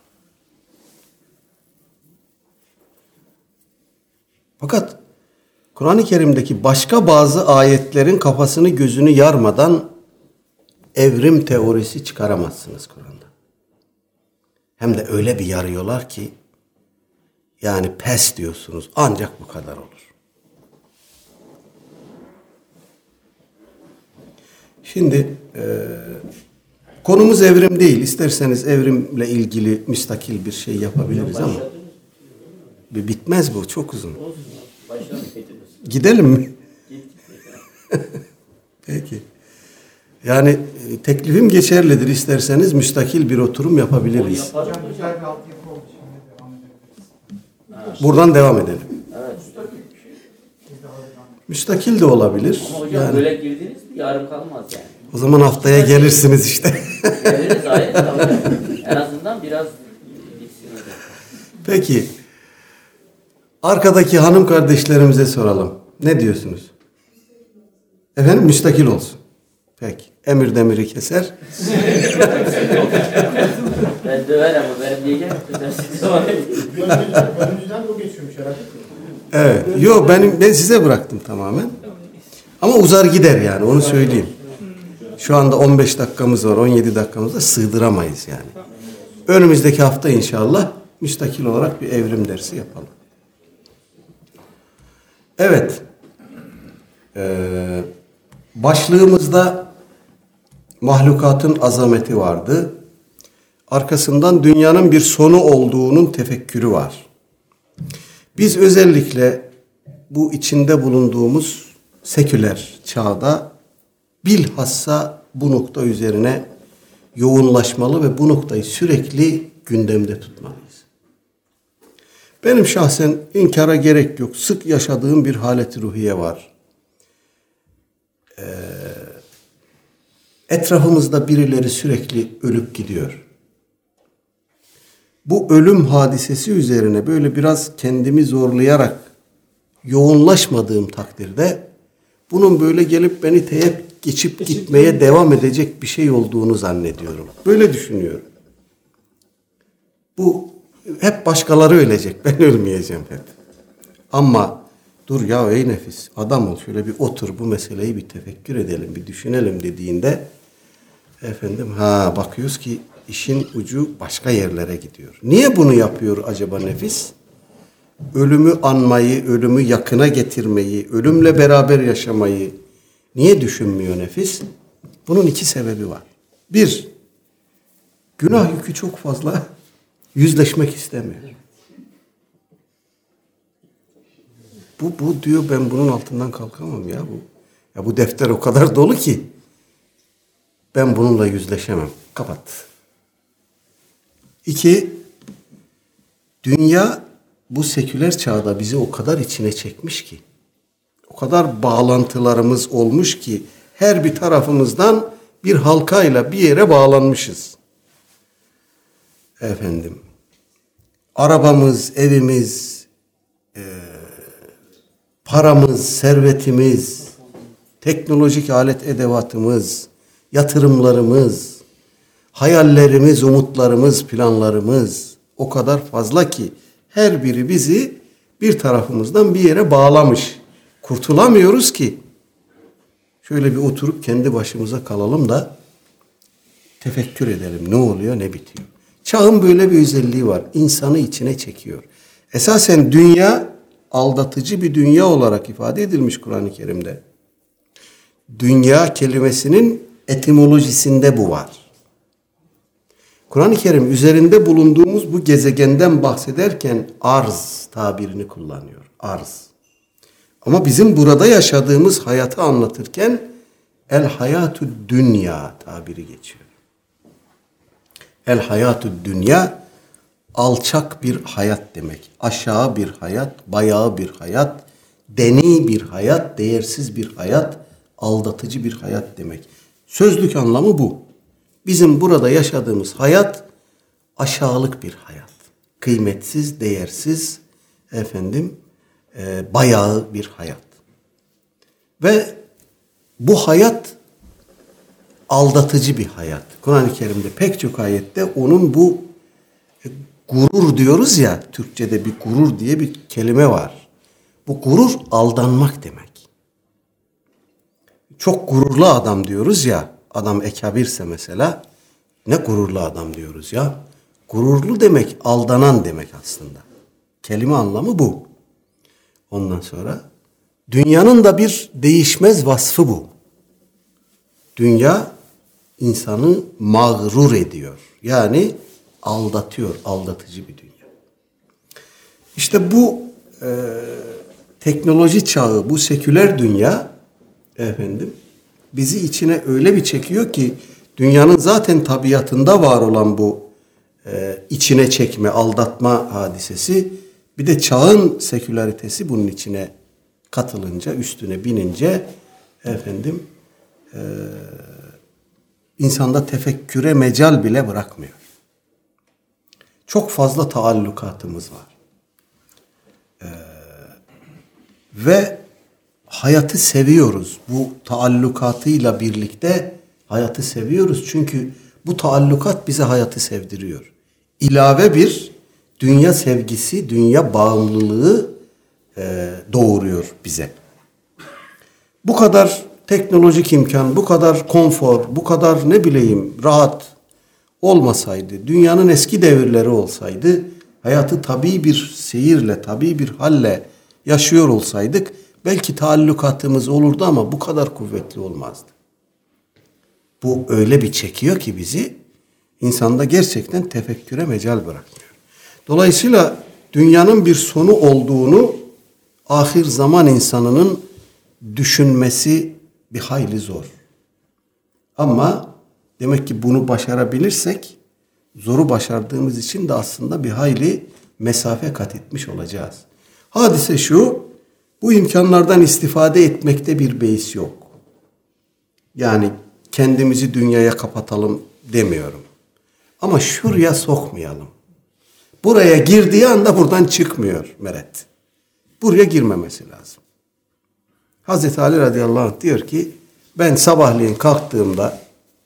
A: Fakat Kur'an-ı Kerim'deki başka bazı ayetlerin kafasını gözünü yarmadan evrim teorisi çıkaramazsınız Kur'an'da. Hem de öyle bir yarıyorlar ki yani pes diyorsunuz, ancak bu kadar olur. Şimdi konumuz evrim değil. İsterseniz evrimle ilgili müstakil bir şey yapabiliriz ama bitmez bu. Çok uzun. Gidelim mi? Peki. Yani teklifim geçerlidir. İsterseniz müstakil bir oturum yapabiliriz. Buradan devam edelim.
B: Evet.
A: Müstakil de olabilir.
B: Ama hocam böyle girdiniz mi yarım kalmaz yani.
A: O zaman haftaya gelirsiniz işte.
B: Geliriz hayır. En azından biraz gitsin hocam.
A: Peki. Arkadaki hanım kardeşlerimize soralım. Ne diyorsunuz? Efendim müstakil olsun. Peki. Emir demiri keser.
B: Ben döver ama benim diyeceğim.
D: Önümüzden o geçiyormuş herhalde.
A: Evet. Yok ben size bıraktım tamamen. Ama uzar gider yani onu söyleyeyim. Şu anda 15 dakikamız var, 17 dakikamız var, sığdıramayız yani. Önümüzdeki hafta inşallah müstakil olarak bir evrim dersi yapalım. Evet. Başlığımızda mahlukatın azameti vardı. Arkasından dünyanın bir sonu olduğunun tefekkürü var. Biz özellikle bu içinde bulunduğumuz seküler çağda bilhassa bu nokta üzerine yoğunlaşmalı ve bu noktayı sürekli gündemde tutmalıyız. Benim şahsen inkara gerek yok. Sık yaşadığım bir halet-i ruhiye var. Etrafımızda birileri sürekli ölüp gidiyor. Bu ölüm hadisesi üzerine böyle biraz kendimi zorlayarak yoğunlaşmadığım takdirde bunun böyle gelip beni teyip geçip gitmeye devam edecek bir şey olduğunu zannediyorum. Böyle düşünüyorum. Bu hep başkaları ölecek. Ben ölmeyeceğim hep. Ama dur ya ey nefis adam ol şöyle bir otur bu meseleyi bir tefekkür edelim bir düşünelim dediğinde efendim bakıyoruz ki işin ucu başka yerlere gidiyor. Niye bunu yapıyor acaba nefis? Ölümü anmayı, ölümü yakına getirmeyi, ölümle beraber yaşamayı niye düşünmüyor nefis? Bunun iki sebebi var. Bir, günah yükü çok fazla, yüzleşmek istemiyor. Bu diyor ben bunun altından kalkamam ya bu. Ya bu defter o kadar dolu ki ben bununla yüzleşemem. Kapat. İki, dünya bu seküler çağda bizi o kadar içine çekmiş ki, o kadar bağlantılarımız olmuş ki her bir tarafımızdan bir halkayla bir yere bağlanmışız. Efendim, arabamız, evimiz, paramız, servetimiz, teknolojik alet edevatımız, yatırımlarımız, hayallerimiz, umutlarımız, planlarımız o kadar fazla ki her biri bizi bir tarafımızdan bir yere bağlamış. Kurtulamıyoruz ki. Şöyle bir oturup kendi başımıza kalalım da tefekkür edelim. Ne oluyor, ne bitiyor? Çağın böyle bir özelliği var. İnsanı içine çekiyor. Esasen dünya aldatıcı bir dünya olarak ifade edilmiş Kur'an-ı Kerim'de. Dünya kelimesinin etimolojisinde bu var. Kur'an-ı Kerim üzerinde bulunduğumuz bu gezegenden bahsederken arz tabirini kullanıyor. Arz. Ama bizim burada yaşadığımız hayatı anlatırken el hayatü dünya tabiri geçiyor. El hayatü dünya alçak bir hayat demek. Aşağı bir hayat, bayağı bir hayat, deni bir hayat, değersiz bir hayat, aldatıcı bir hayat demek. Sözlük anlamı bu. Bizim burada yaşadığımız hayat aşağılık bir hayat. Kıymetsiz, değersiz, bayağı bir hayat. Ve bu hayat aldatıcı bir hayat. Kur'an-ı Kerim'de pek çok ayette onun bu gurur diyoruz ya, Türkçe'de bir gurur diye bir kelime var. Bu gurur aldanmak demek. Çok gururlu adam diyoruz ya, adam ekabirse mesela, ne gururlu adam diyoruz ya. Gururlu demek aldanan demek aslında. Kelime anlamı bu. Ondan sonra dünyanın da bir değişmez vasfı bu. Dünya insanı mağrur ediyor. Yani aldatıyor, aldatıcı bir dünya. İşte bu teknoloji çağı, bu seküler dünya bizi içine öyle bir çekiyor ki dünyanın zaten tabiatında var olan bu içine çekme, aldatma hadisesi, bir de çağın sekülaritesi bunun içine katılınca, üstüne binince insanda tefekküre mecal bile bırakmıyor. Çok fazla taallukatımız var. Ve hayatı seviyoruz. Bu taallukatıyla birlikte hayatı seviyoruz. Çünkü bu taallukat bize hayatı sevdiriyor. İlave bir dünya sevgisi, dünya bağımlılığı doğuruyor bize. Bu kadar teknolojik imkan, bu kadar konfor, bu kadar rahat olmasaydı, dünyanın eski devirleri olsaydı, hayatı tabii bir seyirle, tabii bir halle yaşıyor olsaydık, belki taallukatımız olurdu ama bu kadar kuvvetli olmazdı. Bu öyle bir çekiyor ki bizi, insanda gerçekten tefekküre mecal bırakmıyor. Dolayısıyla dünyanın bir sonu olduğunu ahir zaman insanının düşünmesi bir hayli zor. Ama demek ki bunu başarabilirsek, zoru başardığımız için de aslında bir hayli mesafe kat etmiş olacağız. Hadise şu, bu imkanlardan istifade etmekte bir beis yok. Yani kendimizi dünyaya kapatalım demiyorum. Ama şuraya sokmayalım. Buraya girdiği anda buradan çıkmıyor meret. Buraya girmemesi lazım. Hazreti Ali radıyallahu anh diyor ki, ben sabahleyin kalktığımda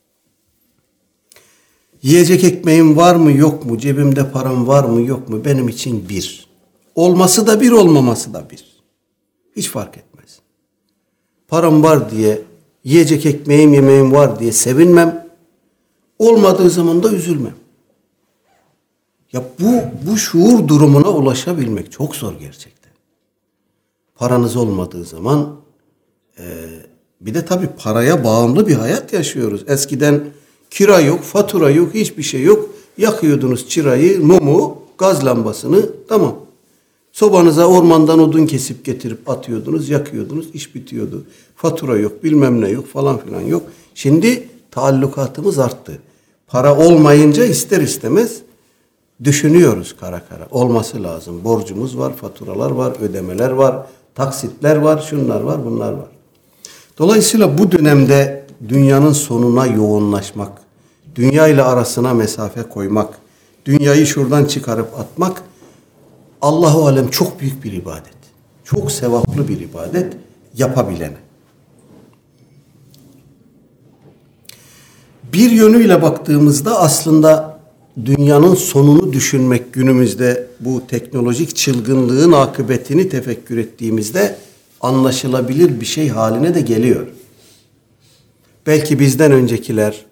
A: yiyecek ekmeğim var mı yok mu, cebimde param var mı yok mu, benim için bir. Olması da bir, olmaması da bir. Hiç fark etmez. Param var diye, yiyecek ekmeğim, yemeğim var diye sevinmem. Olmadığı zaman da üzülmem. Ya bu şuur durumuna ulaşabilmek çok zor gerçekten. Paranız olmadığı zaman bir de tabii paraya bağımlı bir hayat yaşıyoruz. Eskiden kira yok, fatura yok, hiçbir şey yok. Yakıyordunuz çırayı, mumu, gaz lambasını, tamam. Sobanıza ormandan odun kesip getirip atıyordunuz, yakıyordunuz, iş bitiyordu. Fatura yok, bilmem ne yok, falan filan yok. Şimdi taallukatımız arttı. Para olmayınca ister istemez düşünüyoruz kara kara. Olması lazım. Borcumuz var, faturalar var, ödemeler var, taksitler var, şunlar var, bunlar var. Dolayısıyla bu dönemde dünyanın sonuna yoğunlaşmak, dünya ile arasına mesafe koymak, dünyayı şuradan çıkarıp atmak, Allahu alem çok büyük bir ibadet. Çok sevaplı bir ibadet yapabilene. Bir yönüyle baktığımızda aslında dünyanın sonunu düşünmek, günümüzde bu teknolojik çılgınlığın akıbetini tefekkür ettiğimizde anlaşılabilir bir şey haline de geliyor. Belki bizden öncekiler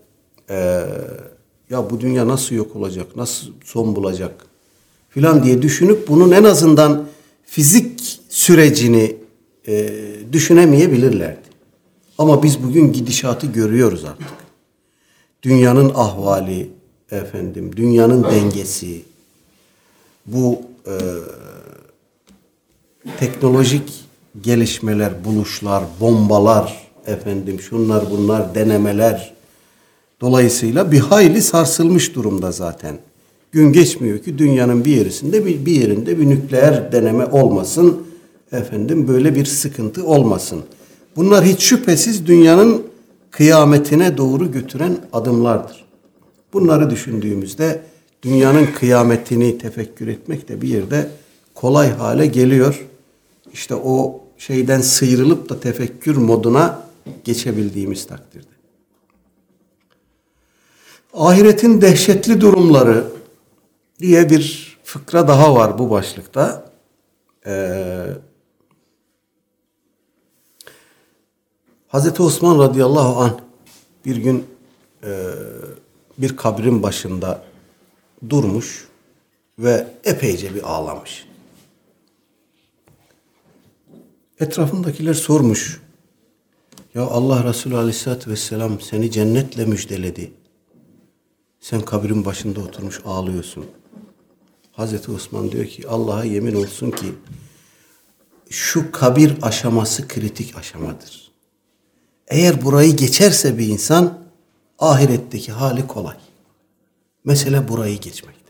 A: ya bu dünya nasıl yok olacak, nasıl son bulacak filan diye düşünüp bunun en azından fizik sürecini düşünemeyebilirlerdi. Ama biz bugün gidişatı görüyoruz artık. Dünyanın ahvali, dünyanın dengesi, bu teknolojik gelişmeler, buluşlar, bombalar, şunlar bunlar, denemeler, dolayısıyla bir hayli sarsılmış durumda zaten. Gün geçmiyor ki dünyanın bir yerinde bir nükleer deneme olmasın, böyle bir sıkıntı olmasın. Bunlar hiç şüphesiz dünyanın kıyametine doğru götüren adımlardır. Bunları düşündüğümüzde dünyanın kıyametini tefekkür etmek de bir yerde kolay hale geliyor. İşte o şeyden sıyrılıp da tefekkür moduna geçebildiğimiz takdirde. Ahiretin dehşetli durumları diye bir fıkra daha var bu başlıkta. Hazreti Osman radıyallahu anh bir gün bir kabrin başında durmuş ve epeyce bir ağlamış. Etrafındakiler sormuş. Ya Allah Resulü Aleyhisselatü Vesselam seni cennetle müjdeledi. Sen kabrin başında oturmuş ağlıyorsun. Hazreti Osman diyor ki Allah'a yemin olsun ki şu kabir aşaması kritik aşamadır. Eğer burayı geçerse bir insan ahiretteki hali kolay. Mesele burayı geçmekte.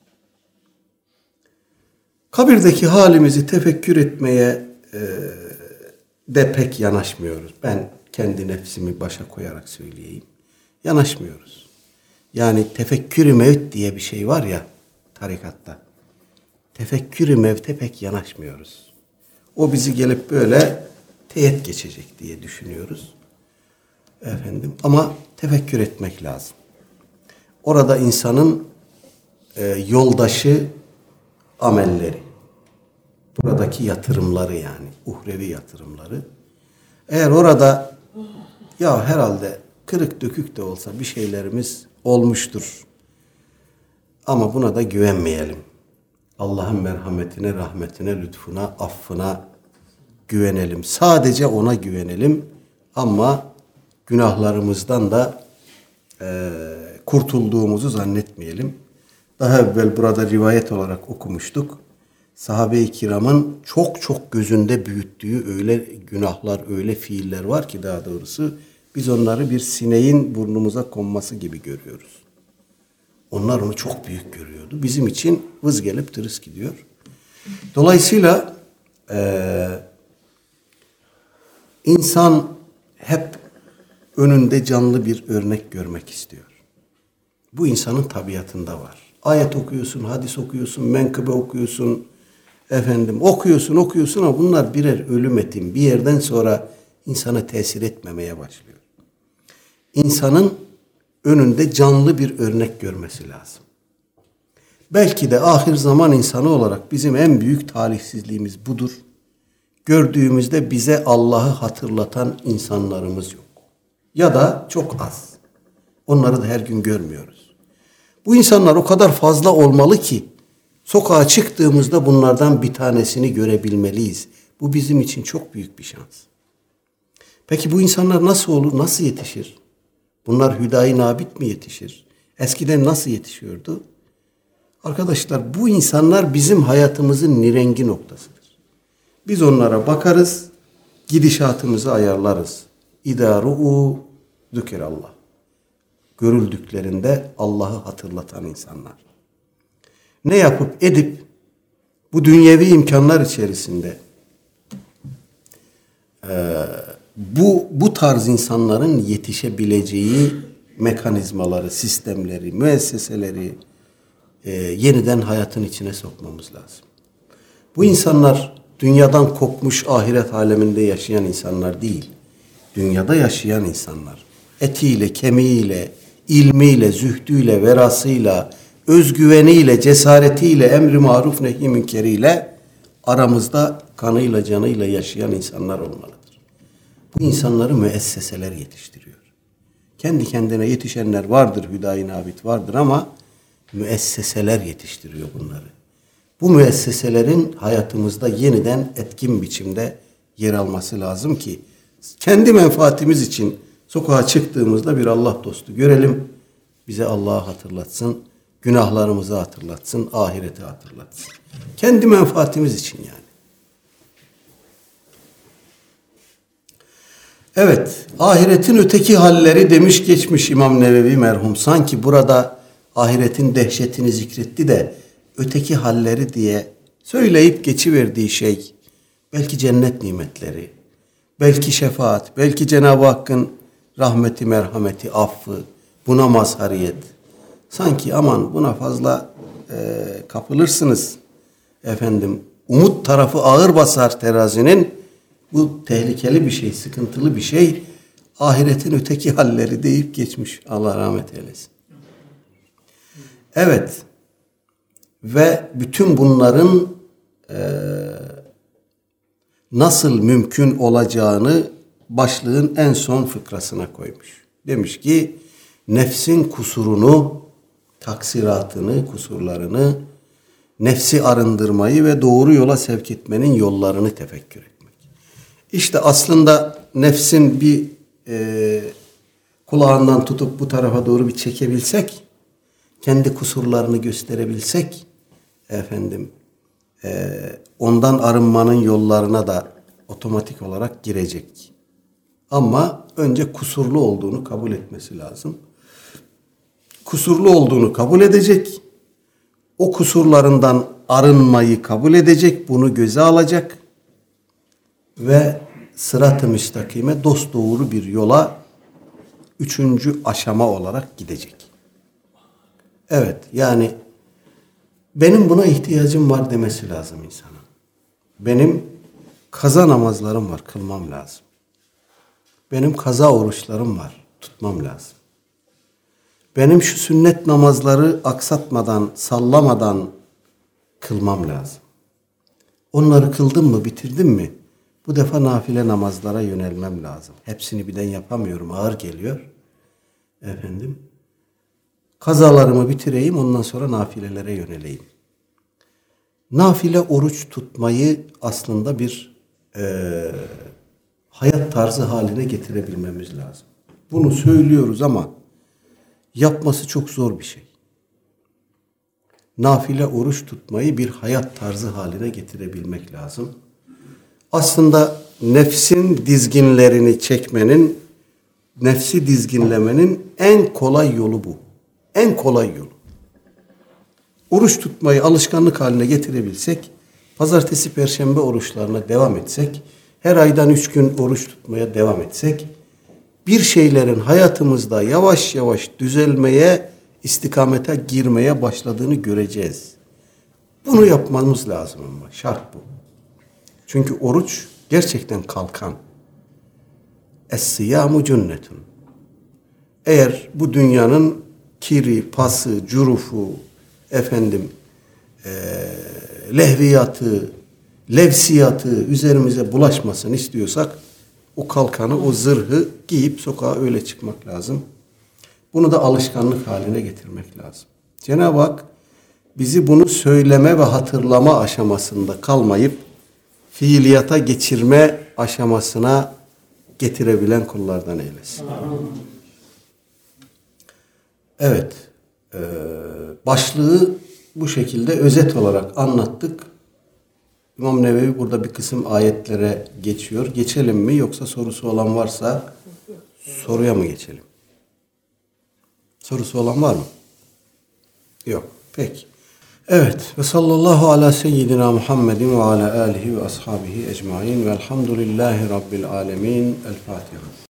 A: Kabirdeki halimizi tefekkür etmeye de pek yanaşmıyoruz. Ben kendi nefsimi başa koyarak söyleyeyim. Yanaşmıyoruz. Yani tefekkür-i mevt diye bir şey var ya tarikatta. Tefekkür-i mevte pek yanaşmıyoruz. O bizi gelip böyle teğet geçecek diye düşünüyoruz. Efendim ama tefekkür etmek lazım. Orada insanın yoldaşı amelleri. Buradaki yatırımları yani uhrevi yatırımları. Eğer orada ya herhalde kırık dökük de olsa bir şeylerimiz olmuştur. Ama buna da güvenmeyelim. Allah'ın merhametine, rahmetine, lütfuna, affına güvenelim. Sadece ona güvenelim. Ama günahlarımızdan da kurtulduğumuzu zannetmeyelim. Daha evvel burada rivayet olarak okumuştuk. Sahabe-i kiramın çok çok gözünde büyüttüğü öyle günahlar, öyle fiiller var ki daha doğrusu biz onları bir sineğin burnumuza konması gibi görüyoruz. Onlar onu çok büyük görüyordu. Bizim için vız gelip tırıs gidiyor. Dolayısıyla insan hep önünde canlı bir örnek görmek istiyor. Bu insanın tabiatında var. Ayet okuyorsun, hadis okuyorsun, menkıbe okuyorsun, okuyorsun ama bunlar birer ölü metin. Bir yerden sonra insana tesir etmemeye başlıyor. İnsanın önünde canlı bir örnek görmesi lazım. Belki de ahir zaman insanı olarak bizim en büyük talihsizliğimiz budur. Gördüğümüzde bize Allah'ı hatırlatan insanlarımız yok. Ya da çok az. Onları da her gün görmüyoruz. Bu insanlar o kadar fazla olmalı ki sokağa çıktığımızda bunlardan bir tanesini görebilmeliyiz. Bu bizim için çok büyük bir şans. Peki bu insanlar nasıl olur, nasıl yetişir? Bunlar hüdayi nabit mi yetişir? Eskiden nasıl yetişiyordu? Arkadaşlar bu insanlar bizim hayatımızın nirengi noktasıdır. Biz onlara bakarız, gidişatımızı ayarlarız. İdâ ru'û zükirallah. Görüldüklerinde Allah'ı hatırlatan insanlar. Ne yapıp edip bu imkanlar içerisinde bu tarz insanların yetişebileceği mekanizmaları, sistemleri, müesseseleri yeniden hayatın içine sokmamız lazım. Bu insanlar dünyadan kopmuş ahiret aleminde yaşayan insanlar değil. Dünyada yaşayan insanlar. Etiyle, kemiğiyle, ilmiyle, zühdüyle, verasıyla, özgüveniyle, cesaretiyle, emri maruf nehy münkeriyle aramızda kanıyla, canıyla yaşayan insanlar olmalıdır. Bu insanları müesseseler yetiştiriyor. Kendi kendine yetişenler vardır, hüdayi nabit vardır ama müesseseler yetiştiriyor bunları. Bu müesseselerin hayatımızda yeniden etkin biçimde yer alması lazım ki kendi menfaatimiz için sokağa çıktığımızda bir Allah dostu görelim. Bize Allah'ı hatırlatsın, günahlarımızı hatırlatsın, ahireti hatırlatsın. Kendi menfaatimiz için yani. Evet, ahiretin öteki halleri demiş geçmiş İmam Nevevi merhum. Sanki burada ahiretin dehşetini zikretti de öteki halleri diye söyleyip geçiverdiği şey belki cennet nimetleri, belki şefaat, belki Cenab-ı Hakk'ın rahmeti, merhameti, affı, buna mazhariyet. Sanki aman buna fazla kapılırsınız umut tarafı ağır basar terazinin. Bu tehlikeli bir şey, sıkıntılı bir şey. Ahiretin öteki halleri deyip geçmiş. Allah rahmet eylesin. Evet. Ve bütün bunların nasıl mümkün olacağını başlığın en son fıkrasına koymuş. Demiş ki nefsin kusurunu, taksiratını, kusurlarını, nefsi arındırmayı ve doğru yola sevk etmenin yollarını tefekkür etmek. İşte aslında nefsin bir kulağından tutup bu tarafa doğru bir çekebilsek, kendi kusurlarını gösterebilsek, ondan arınmanın yollarına da otomatik olarak girecek. Ama önce kusurlu olduğunu kabul etmesi lazım. Kusurlu olduğunu kabul edecek. O kusurlarından arınmayı kabul edecek. Bunu göze alacak. Ve sırat-ı müstakime dosdoğru bir yola 3. aşama olarak gidecek. Evet, yani benim buna ihtiyacım var demesi lazım insanın. Benim kaza namazlarım var, kılmam lazım. Benim kaza oruçlarım var, tutmam lazım. Benim şu sünnet namazları aksatmadan, sallamadan kılmam lazım. Onları kıldım mı, bitirdim mi? Bu defa nafile namazlara yönelmem lazım. Hepsini birden yapamıyorum, ağır geliyor. Kazalarımı bitireyim, ondan sonra nafilelere yöneleyim. Nafile oruç tutmayı aslında bir hayat tarzı haline getirebilmemiz lazım. Bunu söylüyoruz ama yapması çok zor bir şey. Nafile oruç tutmayı bir hayat tarzı haline getirebilmek lazım. Aslında nefsin dizginlerini çekmenin, nefsi dizginlemenin en kolay yolu bu. En kolay yolu. Oruç tutmayı alışkanlık haline getirebilsek, pazartesi, perşembe oruçlarına devam etsek, her aydan 3 gün oruç tutmaya devam etsek, bir şeylerin hayatımızda yavaş yavaş düzelmeye, istikamete girmeye başladığını göreceğiz. Bunu yapmamız lazım ama şart bu. Çünkü oruç gerçekten kalkan. Es-siyamu cünnetun. Eğer bu dünyanın kiri, pası, curufu, lehviyatı, levsiyatı üzerimize bulaşmasını istiyorsak o kalkanı, o zırhı giyip sokağa öyle çıkmak lazım. Bunu da alışkanlık haline getirmek lazım. Cenab-ı Hak bizi bunu söyleme ve hatırlama aşamasında kalmayıp fiiliyata geçirme aşamasına getirebilen kullardan eylesin. Evet. Başlığı bu şekilde özet olarak anlattık. İmam Nevevi burada bir kısım ayetlere geçiyor. Geçelim mi yoksa sorusu olan varsa soruya mı geçelim? Sorusu olan var mı? Yok. Peki. Evet. Ve sallallahu ala seyyidina Muhammedin ve ala alihi ve ashabihi ecmain velhamdülillahi rabbil alemin. El Fatiha.